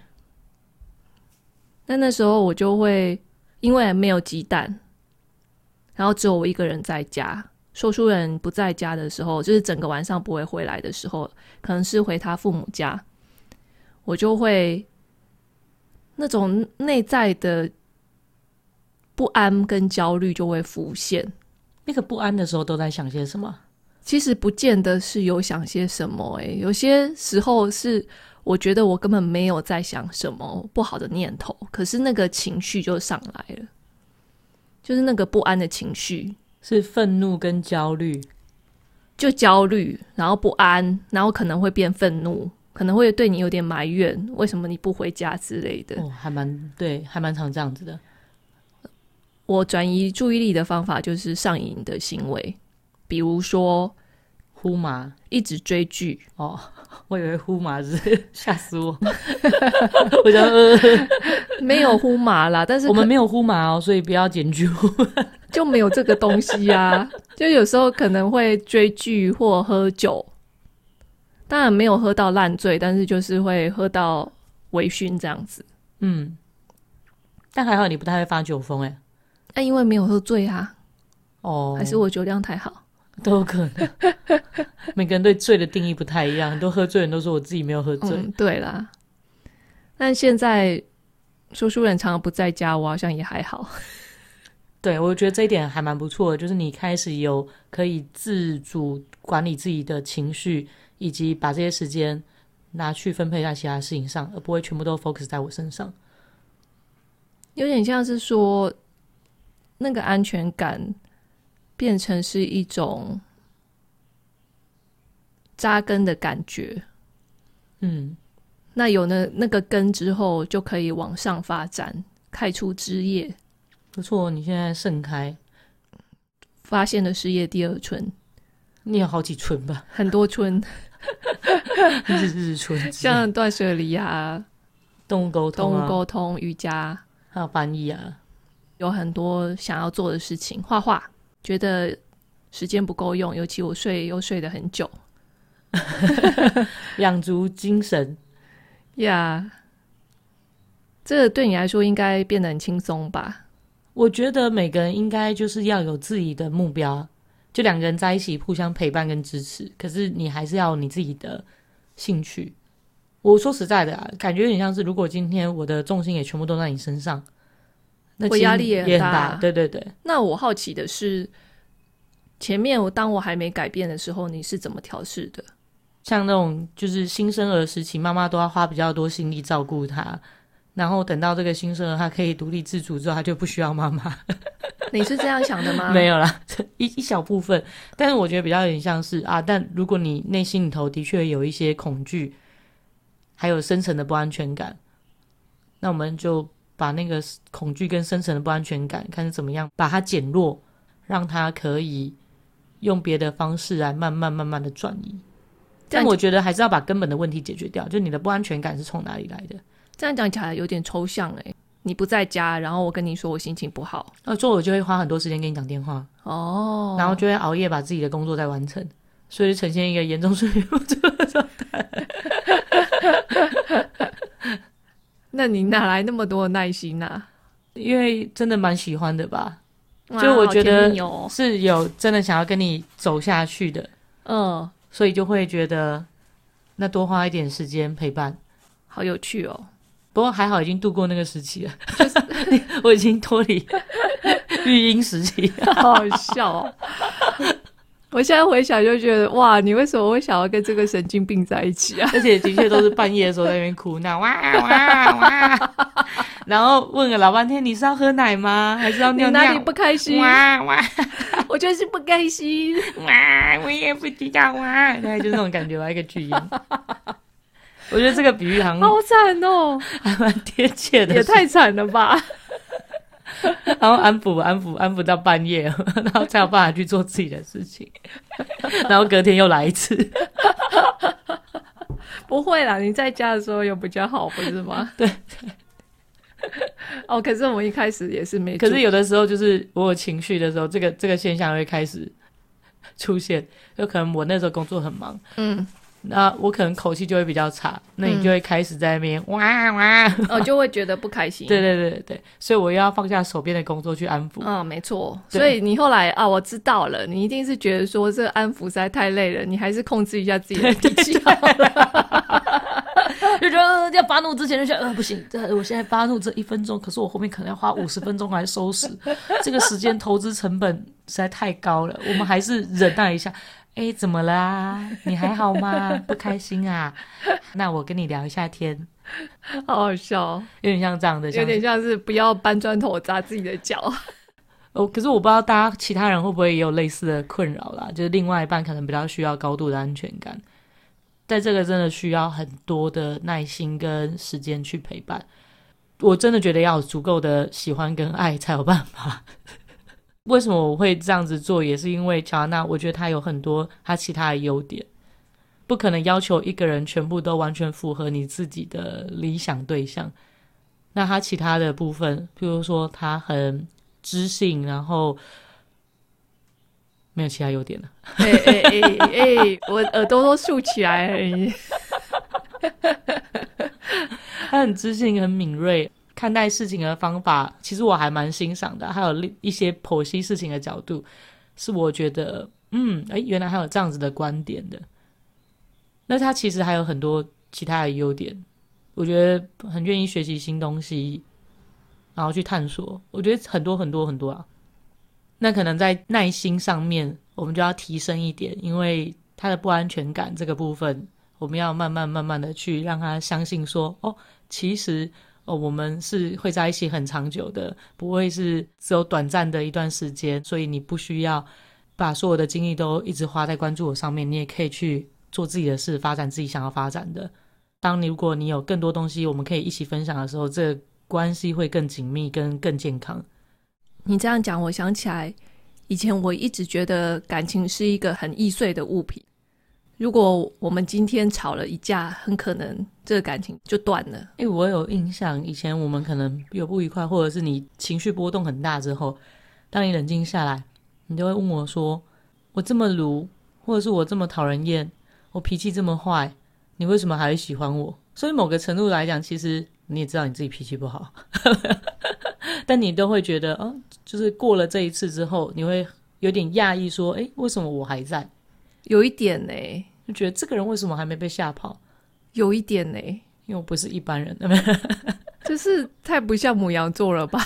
那时候我就会因为没有鸡蛋，然后只有我一个人在家，说书人不在家的时候，就是整个晚上不会回来的时候，可能是回他父母家，我就会那种内在的不安跟焦虑就会浮现。 那个不安的时候都在想些什么？ 其实不见得是有想些什么有些时候是我觉得我根本没有在想什么不好的念头，可是那个情绪就上来了，就是那个不安的情绪， 是愤怒跟焦虑， 就焦虑，然后不安，然后可能会变愤怒，可能会对你有点埋怨，为什么你不回家之类的。 还蛮常这样子的。 我转移注意力的方法就是上瘾的行为，比如说呼麻， 一直追剧。 我以为呼麻是吓死我。我想没有呼麻啦，但是我们没有呼麻所以不要检举就没有这个东西啊。就有时候可能会追剧或喝酒，当然没有喝到烂醉，但是就是会喝到微醺这样子。 但还好你不太会发酒疯因为没有喝醉啊。还是我酒量太好， 都有可能。每个人对醉的定义不太一样，很多喝醉人都说我自己没有喝醉。 对啦。但现在说书人常常不在家，我好像也还好。 对，我觉得这一点还蛮不错的，就是你开始有可以自主管理自己的情绪，以及把这些时间拿去分配在其他事情上，而不会全部都 focus 在我身上。 有点像是说那个安全感变成是一种扎根的感觉。那有了那个根之后，就可以往上发展，开出枝叶。 不错，你现在盛开， 发现了事业第二春。 你有好几春吧？ 很多春。 日春， 像断舍离啊， 动物沟通瑜伽， 还有翻译啊， 有很多想要做的事情。画画，觉得时间不够用，尤其我又睡得很久。 养足精神呀，这个对你来说应该变得很轻松吧？ 我觉得每个人应该就是要有自己的目标，就两个人在一起互相陪伴跟支持，可是你还是要有你自己的兴趣。我说实在的感觉有点像是如果今天我的重心也全部都在你身上，那我压力也很大。对对对。 那我好奇的是，前面当我还没改变的时候，你是怎么调试的？ 像那种就是新生儿时期，妈妈都要花比较多心力照顾他，然后等到这个新生儿他可以独立自主之后，他就不需要妈妈。 你是这样想的吗？ 没有啦，一小部分。但是我觉得比较有点像是但如果你内心里头的确有一些恐惧，还有深层的不安全感，那我们就把那个恐惧跟深层的不安全感看是怎么样把它减弱，让它可以用别的方式来慢慢的转移。但我觉得还是要把根本的问题解决掉，就你的不安全感是从哪里来的。 这样讲起来有点抽象你不在家，然后我跟你说我心情不好， 所以我就会花很多时间跟你讲电话然后就会熬夜把自己的工作再完成，所以就呈现一个严重睡眠不足的状态。 那你哪来那么多的耐心啊？ 因为真的蛮喜欢的吧，就我觉得是有真的想要跟你走下去的。所以就会觉得那多花一点时间陪伴， 好有趣哦。 不过还好已经度过那个时期了，就是我已经脱离育婴时期。 好好笑我现在回想就觉得哇，你为什么会想要跟这个神经病在一起啊？ 而且的确都是半夜的时候在那边哭闹，哇哇哇，然后问了老半天，你是要喝奶吗？还是要尿尿？ 你哪里不开心？ 哇哇， 我就是不开心。 哇，我也不知道哇，大概就那种感觉吧，一个巨婴。我觉得这个比喻好惨哦， 还蛮贴切的， 也太惨了吧。 然后安抚到半夜，然后才有办法去做自己的事情，然后隔天又来一次。 不会啦，你在家的时候有比较好，不是吗？ 对。 可是我们一开始也是没， 可是有的时候就是我有情绪的时候，这个现象会开始出现，就可能我那时候工作很忙，那我可能口气就会比较差，那你就会开始在那边哇哇， 就会觉得不开心。 对对对对，所以我要放下手边的工作去安抚。 没错。所以你后来我知道了，你一定是觉得说这个安抚实在太累了，你还是控制一下自己的脾气好了。 就觉得要发怒之前就觉得不行，我现在发怒这1分钟，可是我后面可能要花50分钟来收拾，这个时间投资成本实在太高了，我们还是忍耐一下。怎么啦？你还好吗？不开心啊？那我跟你聊一下天。 好好笑哦， 有点像这样的， 有点像是不要搬砖头砸自己的脚。 可是我不知道大家其他人会不会也有类似的困扰啦，就是另外一半可能比较需要高度的安全感，在这个真的需要很多的耐心跟时间去陪伴。我真的觉得要有足够的喜欢跟爱才有办法。为什么我会这样子做，也是因为乔安娜我觉得她有很多她其他的优点，不可能要求一个人全部都完全符合你自己的理想对象。那她其他的部分，譬如说她很知性，然后没有其他优点了。 我耳朵都竖起来了。 她很知性，很敏锐，看待事情的方法其实我还蛮欣赏的，还有一些剖析事情的角度是我觉得原来还有这样子的观点的。那他其实还有很多其他的优点，我觉得很愿意学习新东西，然后去探索，我觉得很多很多很多啊。那可能在耐心上面我们就要提升一点，因为他的不安全感这个部分我们要慢慢的去让他相信说其实我们是会在一起很长久的，不会是只有短暂的一段时间，所以你不需要把所有的精力都一直花在关注我上面，你也可以去做自己的事，发展自己想要发展的。如果你有更多东西我们可以一起分享的时候，这个关系会更紧密跟更健康。 你这样讲我想起来，以前我一直觉得感情是一个很易碎的物品，如果我们今天吵了一架，很可能这个感情就断了。 我有印象，以前我们可能有不愉快，或者是你情绪波动很大之后，当你冷静下来，你就会问我说，我这么鲁，或者是我这么讨人厌，我脾气这么坏，你为什么还会喜欢我？所以某个程度来讲，其实你也知道你自己脾气不好但你都会觉得就是过了这一次之后，你会有点讶异说为什么我还在？ 有一点呢， 就觉得这个人为什么还没被吓跑？ 有一点呢， 因为我不是一般人就是太不像牡羊座了吧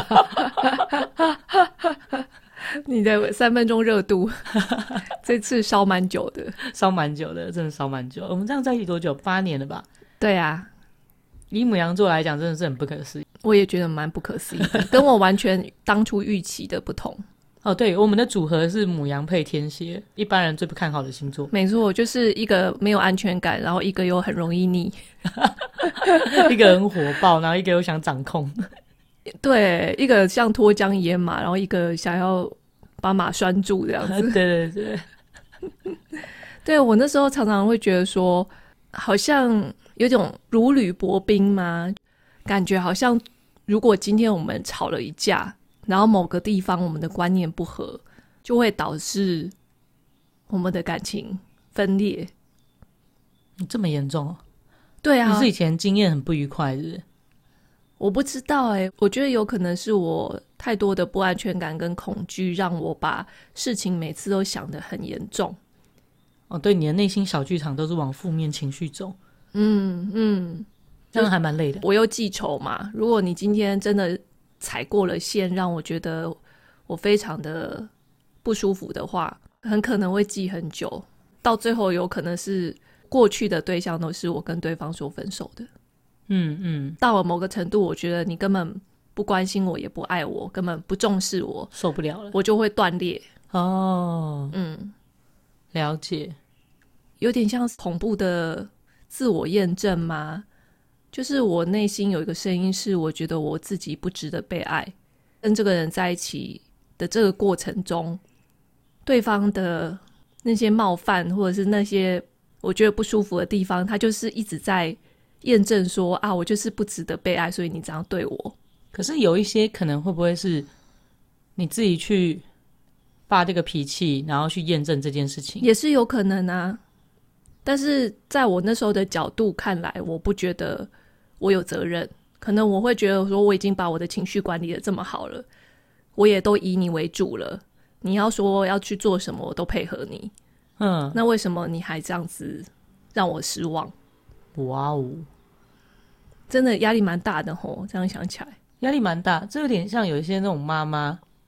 你的3分钟热度这次烧蛮久的， 烧蛮久的，真的烧蛮久。我们这样在一起多久？8年了吧？ 对啊， 以牡羊座来讲真的是很不可思议。 我也觉得蛮不可思议的跟我完全当初预期的不同。 对，我们的组合是牡羊配天蝎，一般人最不看好的星座。 没错，就是一个没有安全感，然后一个又很容易腻一个很火爆，然后一个又想掌控对，一个像脱缰野马，然后一个想要把马拴住这样子对对对对，我那时候常常会觉得说好像有种如履薄冰嘛，感觉好像如果今天我们吵了一架，然后某个地方我们的观念不合，就会导致我们的感情分裂。 这么严重对啊， 你是以前经验很不愉快是不是？ 我不知道我觉得有可能是我太多的不安全感跟恐惧，让我把事情每次都想得很严重。 对，你的内心小剧场都是往负面情绪走。这样还蛮累的。 我又记仇嘛，如果你今天真的踩过了线，让我觉得我非常的不舒服的话，很可能会记很久，到最后有可能是过去的对象都是我跟对方说分手的。到了某个程度，我觉得你根本不关心我，也不爱我，根本不重视我， 受不了了， 我就会断裂。 了解。 有点像恐怖的自我验证吗？就是我内心有一个声音是，我觉得我自己不值得被爱，跟这个人在一起的这个过程中，对方的那些冒犯或者是那些我觉得不舒服的地方，他就是一直在验证说我就是不值得被爱，所以你这样对我。 可是有一些可能会不会是你自己去发这个脾气，然后去验证这件事情？ 也是有可能啊，但是在我那时候的角度看来，我不觉得我有责任，可能我会觉得说我已经把我的情绪管理得这么好了，我也都以你为主了，你要说要去做什么我都配合你，那为什么你还这样子让我失望？ 哇哦， 真的压力蛮大的吼，这样想起来压力蛮大。这有点像有一些那种妈妈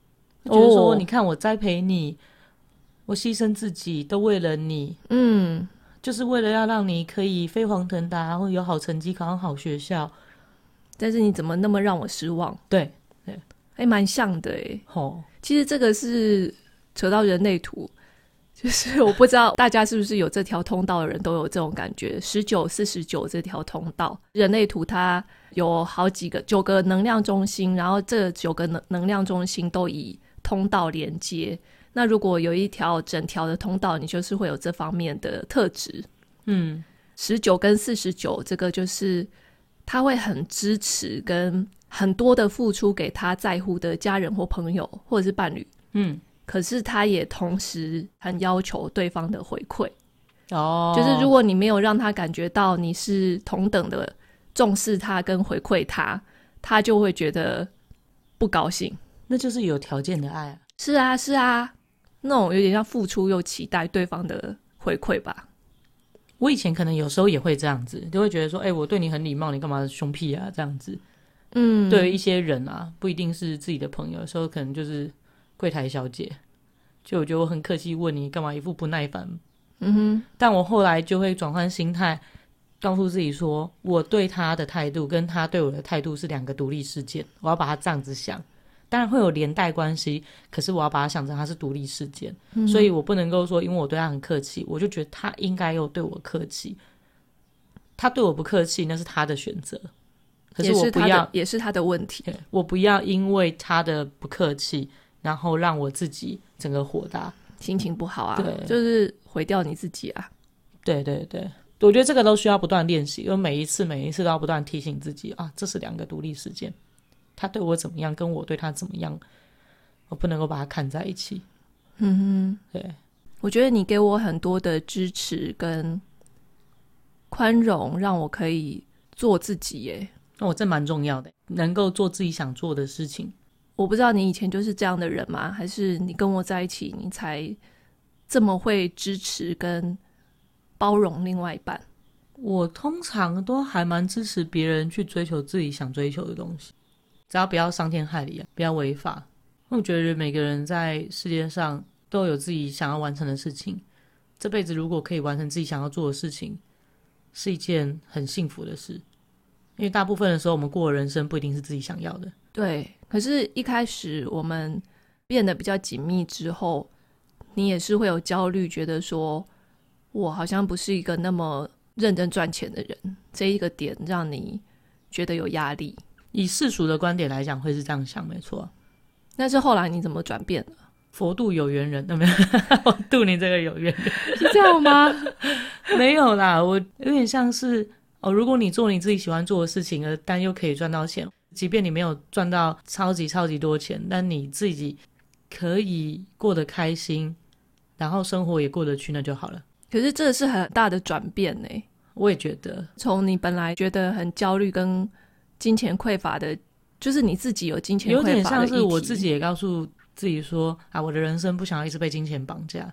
觉得说你看我栽培你，我牺牲自己都为了你，就是为了要让你可以飞黄腾达，然后有好成绩，考上好学校， 但是你怎么那么让我失望？ 对， 蛮像的耶。 哦， 其实这个是扯到人类图，就是我不知道大家是不是有这条通道的人都有这种感觉，1949这条通道，人类图它有好几个9个能量中心，然后这9个能量中心都以通道连接，那如果有一条整条的通道，你就是会有这方面的特质。19跟49这个就是他会很支持跟很多的付出给他在乎的家人或朋友或者是伴侣，可是他也同时很要求对方的回馈。就是如果你没有让他感觉到你是同等的重视他跟回馈他，他就会觉得不高兴。 那就是有条件的爱啊。 是啊是啊，那种有点像付出又期待对方的回馈吧。 我以前可能有时候也会这样子，就会觉得说我对你很礼貌，你干嘛凶屁啊这样子。对于一些人啊，不一定是自己的朋友，有时候可能就是柜台小姐，就我觉得我很客气问你干嘛一副不耐烦。但我后来就会转换心态，告诉自己说我对他的态度跟他对我的态度是2个独立事件，我要把它这样子想。当然会有连带关系，可是我要把它想成它是独立事件，所以我不能够说因为我对他很客气，我就觉得他应该要对我客气。他对我不客气那是他的选择，可是我不要， 也是他的问题。 我不要因为他的不客气然后让我自己整个火大， 心情不好啊，就是毁掉你自己啊。 对对对，我觉得这个都需要不断练习，因为每一次都要不断提醒自己啊，这是2个独立事件，他对我怎么样跟我对他怎么样，我不能够把它看在一起。对， 我觉得你给我很多的支持跟宽容，让我可以做自己耶。 这蛮重要的，能够做自己想做的事情。 我不知道你以前就是这样的人吗？还是你跟我在一起你才这么会支持跟包容另外一半？ 我通常都还蛮支持别人去追求自己想追求的东西，只要不要伤天害理不要违法。我觉得每个人在世界上都有自己想要完成的事情，这辈子如果可以完成自己想要做的事情，是一件很幸福的事。因为大部分的时候我们过的人生不一定是自己想要的。 对，可是一开始我们变得比较紧密之后，你也是会有焦虑，觉得说我好像不是一个那么认真赚钱的人，这一个点让你觉得有压力。 以世俗的观点来讲会是这样想，没错。 但是后来你怎么转变了？ 佛度有缘人，没有我度你这个有缘人是这样吗？ 没有啦，我有点像是如果你做你自己喜欢做的事情，但又可以赚到钱，即便你没有赚到超级超级多钱，但你自己可以过得开心，然后生活也过得去，那就好了。 可是这是很大的转变耶。 我也觉得， 从你本来觉得很焦虑跟金钱匮乏的，就是你自己有金钱匮乏的议题， 有点像是我自己也告诉自己说我的人生不想要一直被金钱绑架。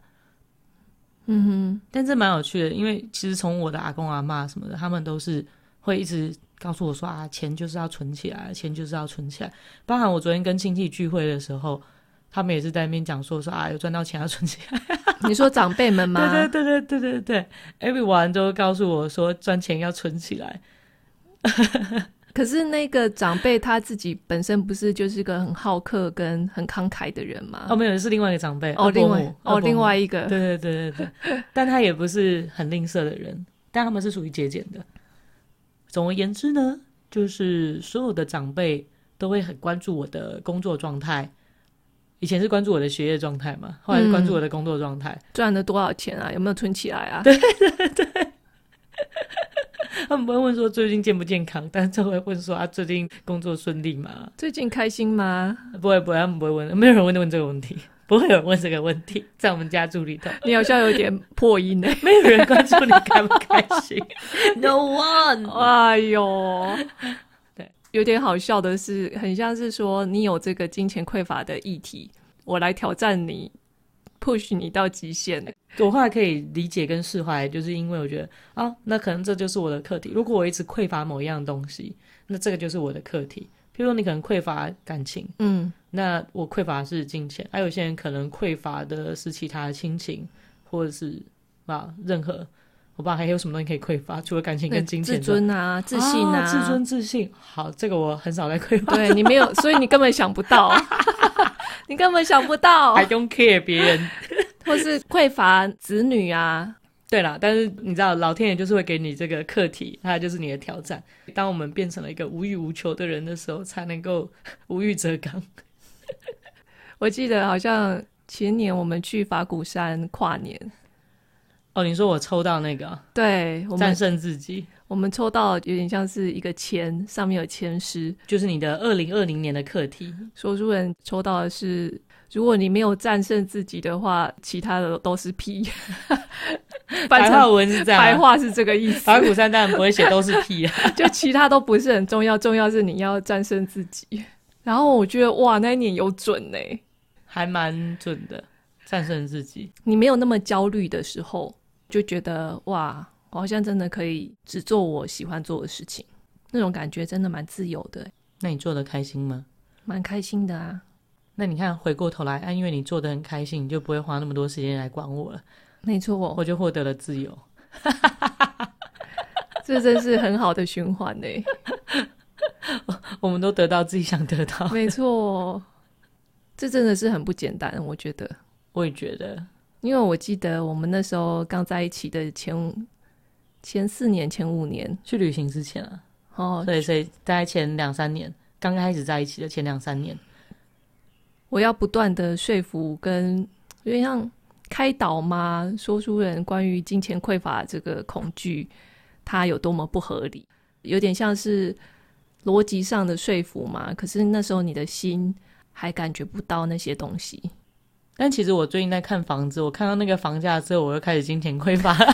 但这蛮有趣的，因为其实从我的阿公阿嬷什么的，他们都是会一直告诉我说钱就是要存起来，钱就是要存起来。包含我昨天跟亲戚聚会的时候，他们也是在那边讲说有赚到钱要存起来。 你说长辈们吗？ 对对对对对对对 ，everyone 都告诉我说赚钱要存起来。 可是那个长辈他自己本身不是就是个很好客跟很慷慨的人吗？ 没有，是另外一个长辈。 另外一个。 对对对对对，但他也不是很吝啬的人，但他们是属于节俭的。总而言之呢，就是所有的长辈都会很关注我的工作状态，以前是关注我的学业状态嘛，后来是关注我的工作状态， 赚了多少钱啊，有没有存起来啊？ 对对对，他们不会问说最近健不健康，但是会问说最近工作顺利吗？ 最近开心吗？ 不会，他们不会问，没有人问这个问题，不会有人问这个问题，在我们家助理头。 你好像有点破音没有人关注你开不开心，No one。 哎呦，对，有点好笑的是，很像是说你有这个金钱匮乏的议题，我来挑战你，push 你到极限。 我后来可以理解跟释怀，就是因为我觉得那可能这就是我的课题。如果我一直匮乏某一样东西，那这个就是我的课题。 譬如说你可能匮乏感情，那我匮乏的是金钱，还有些人可能匮乏的是其他的亲情，或者是任何我不知道还有什么东西可以匮乏，除了感情跟金钱， 自尊啊，自信啊， 自尊自信。好，这个我很少在匮乏。 对，你没有，所以你根本想不到，你根本想不到。 I don't care 别人， 或是匮乏子女啊。 对啦，但是你知道老天爷就是会给你这个课题，它就是你的挑战。当我们变成了一个无欲无求的人的时候，才能够无欲则刚。 我记得好像前年我们去法鼓山跨年。 哦，你说我抽到那个？ 对， 战胜自己。 我们抽到有点像是一个签，上面有签诗， 就是你的2020年的课题。 说书人抽到的是，如果你没有战胜自己的话，其他的都是屁。 白话文是这样， 白话是这个意思。 法鼓山当然不会写都是屁啊， 就其他都不是很重要，重要是你要战胜自己。然后我觉得哇，那一年有准欸， 还蛮准的，战胜自己。 你没有那么焦虑的时候，就觉得哇，我好像真的可以只做我喜欢做的事情，那种感觉真的蛮自由的。 那你做得开心吗？ 蛮开心的啊。 那你看回过头来，因为你做得很开心，你就不会花那么多时间来管我了。 没错， 我就获得了自由。 这真是很好的循环欸。 我们都得到自己想得到。 没错，这真的是很不简单，我觉得。 我也觉得， 因为我记得我们那时候刚在一起的前4年前5年去旅行之前啊，所以大概前2-3年刚开始在一起的前2-3年， 我要不断的说服跟有点像开导吗？说书人关于金钱匮乏这个恐惧，它有多么不合理，有点像是逻辑上的说服嘛。可是那时候你的心还感觉不到那些东西。 但其实我最近在看房子，我看到那个房价之后，我又开始金钱匮乏。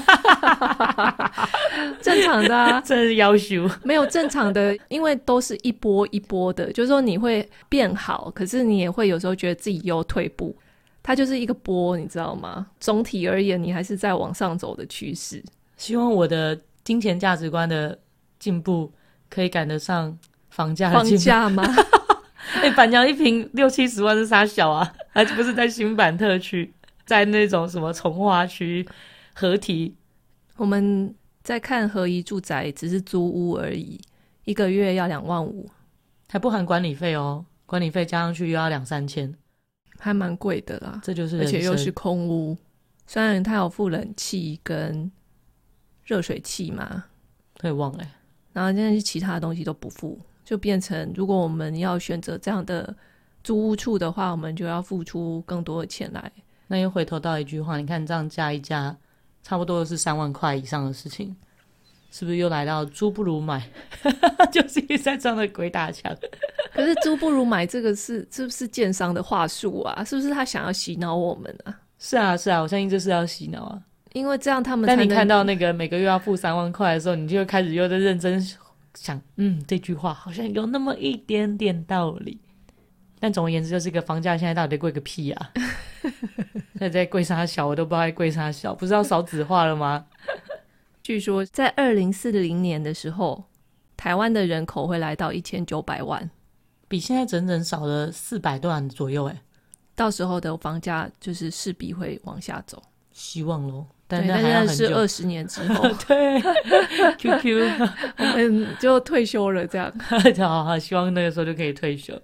正常的啊， 真的是要求没有正常的，因为都是一波一波的，就是说你会变好，可是你也会有时候觉得自己又退步，它就是一个波，你知道吗？总体而言，你还是在往上走的趋势。 希望我的金钱价值观的进步可以赶得上房价的进步。 房价吗？ 板桥一坪60-70万是啥小啊？还不是在新版特区，在那种什么从化区合体。 我们在看合宜住宅，只是租屋而已，一个月要2万5， 还不含管理费哦，管理费加上去又要2-3千， 还蛮贵的啦。 这就是人生， 而且又是空屋，虽然它有附冷气跟热水器嘛， 对，忘了。 然后但是其他的东西都不付，就变成如果我们要选择这样的租屋处的话，我们就要付出更多的钱来。 那又回头到一句话，你看这样加一加，差不多是3万块以上的事情，是不是又来到租不如买？就是一直在这样的鬼打墙。 可是租不如买这个是不是建商的话术啊？是不是他想要洗脑我们啊？ 是啊是啊，我相信这是要洗脑啊， 因为这样他们才能。 但你看到那个每个月要付3万块的时候，你就开始又在认真想，这句话好像有那么一点点道理。但总而言之，就是一个房价现在到底贵个屁啊！现在在贵啥小，我都不知道在贵啥小，不是要少子化了吗？ 据说在2040年的时候，台湾的人口会来到1900万， 比现在整整少了400万左右。 到时候的房价就是势必会往下走， 希望咯。但那还要很久， 是20年之后。 对，QQ 我们就退休了这样。 好，希望那个时候就可以退休。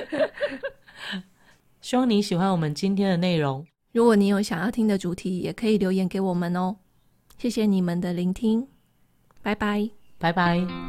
希望你喜欢我们今天的内容， 如果你有想要听的主题，也可以留言给我们哦。谢谢你们的聆听，拜拜， 拜拜。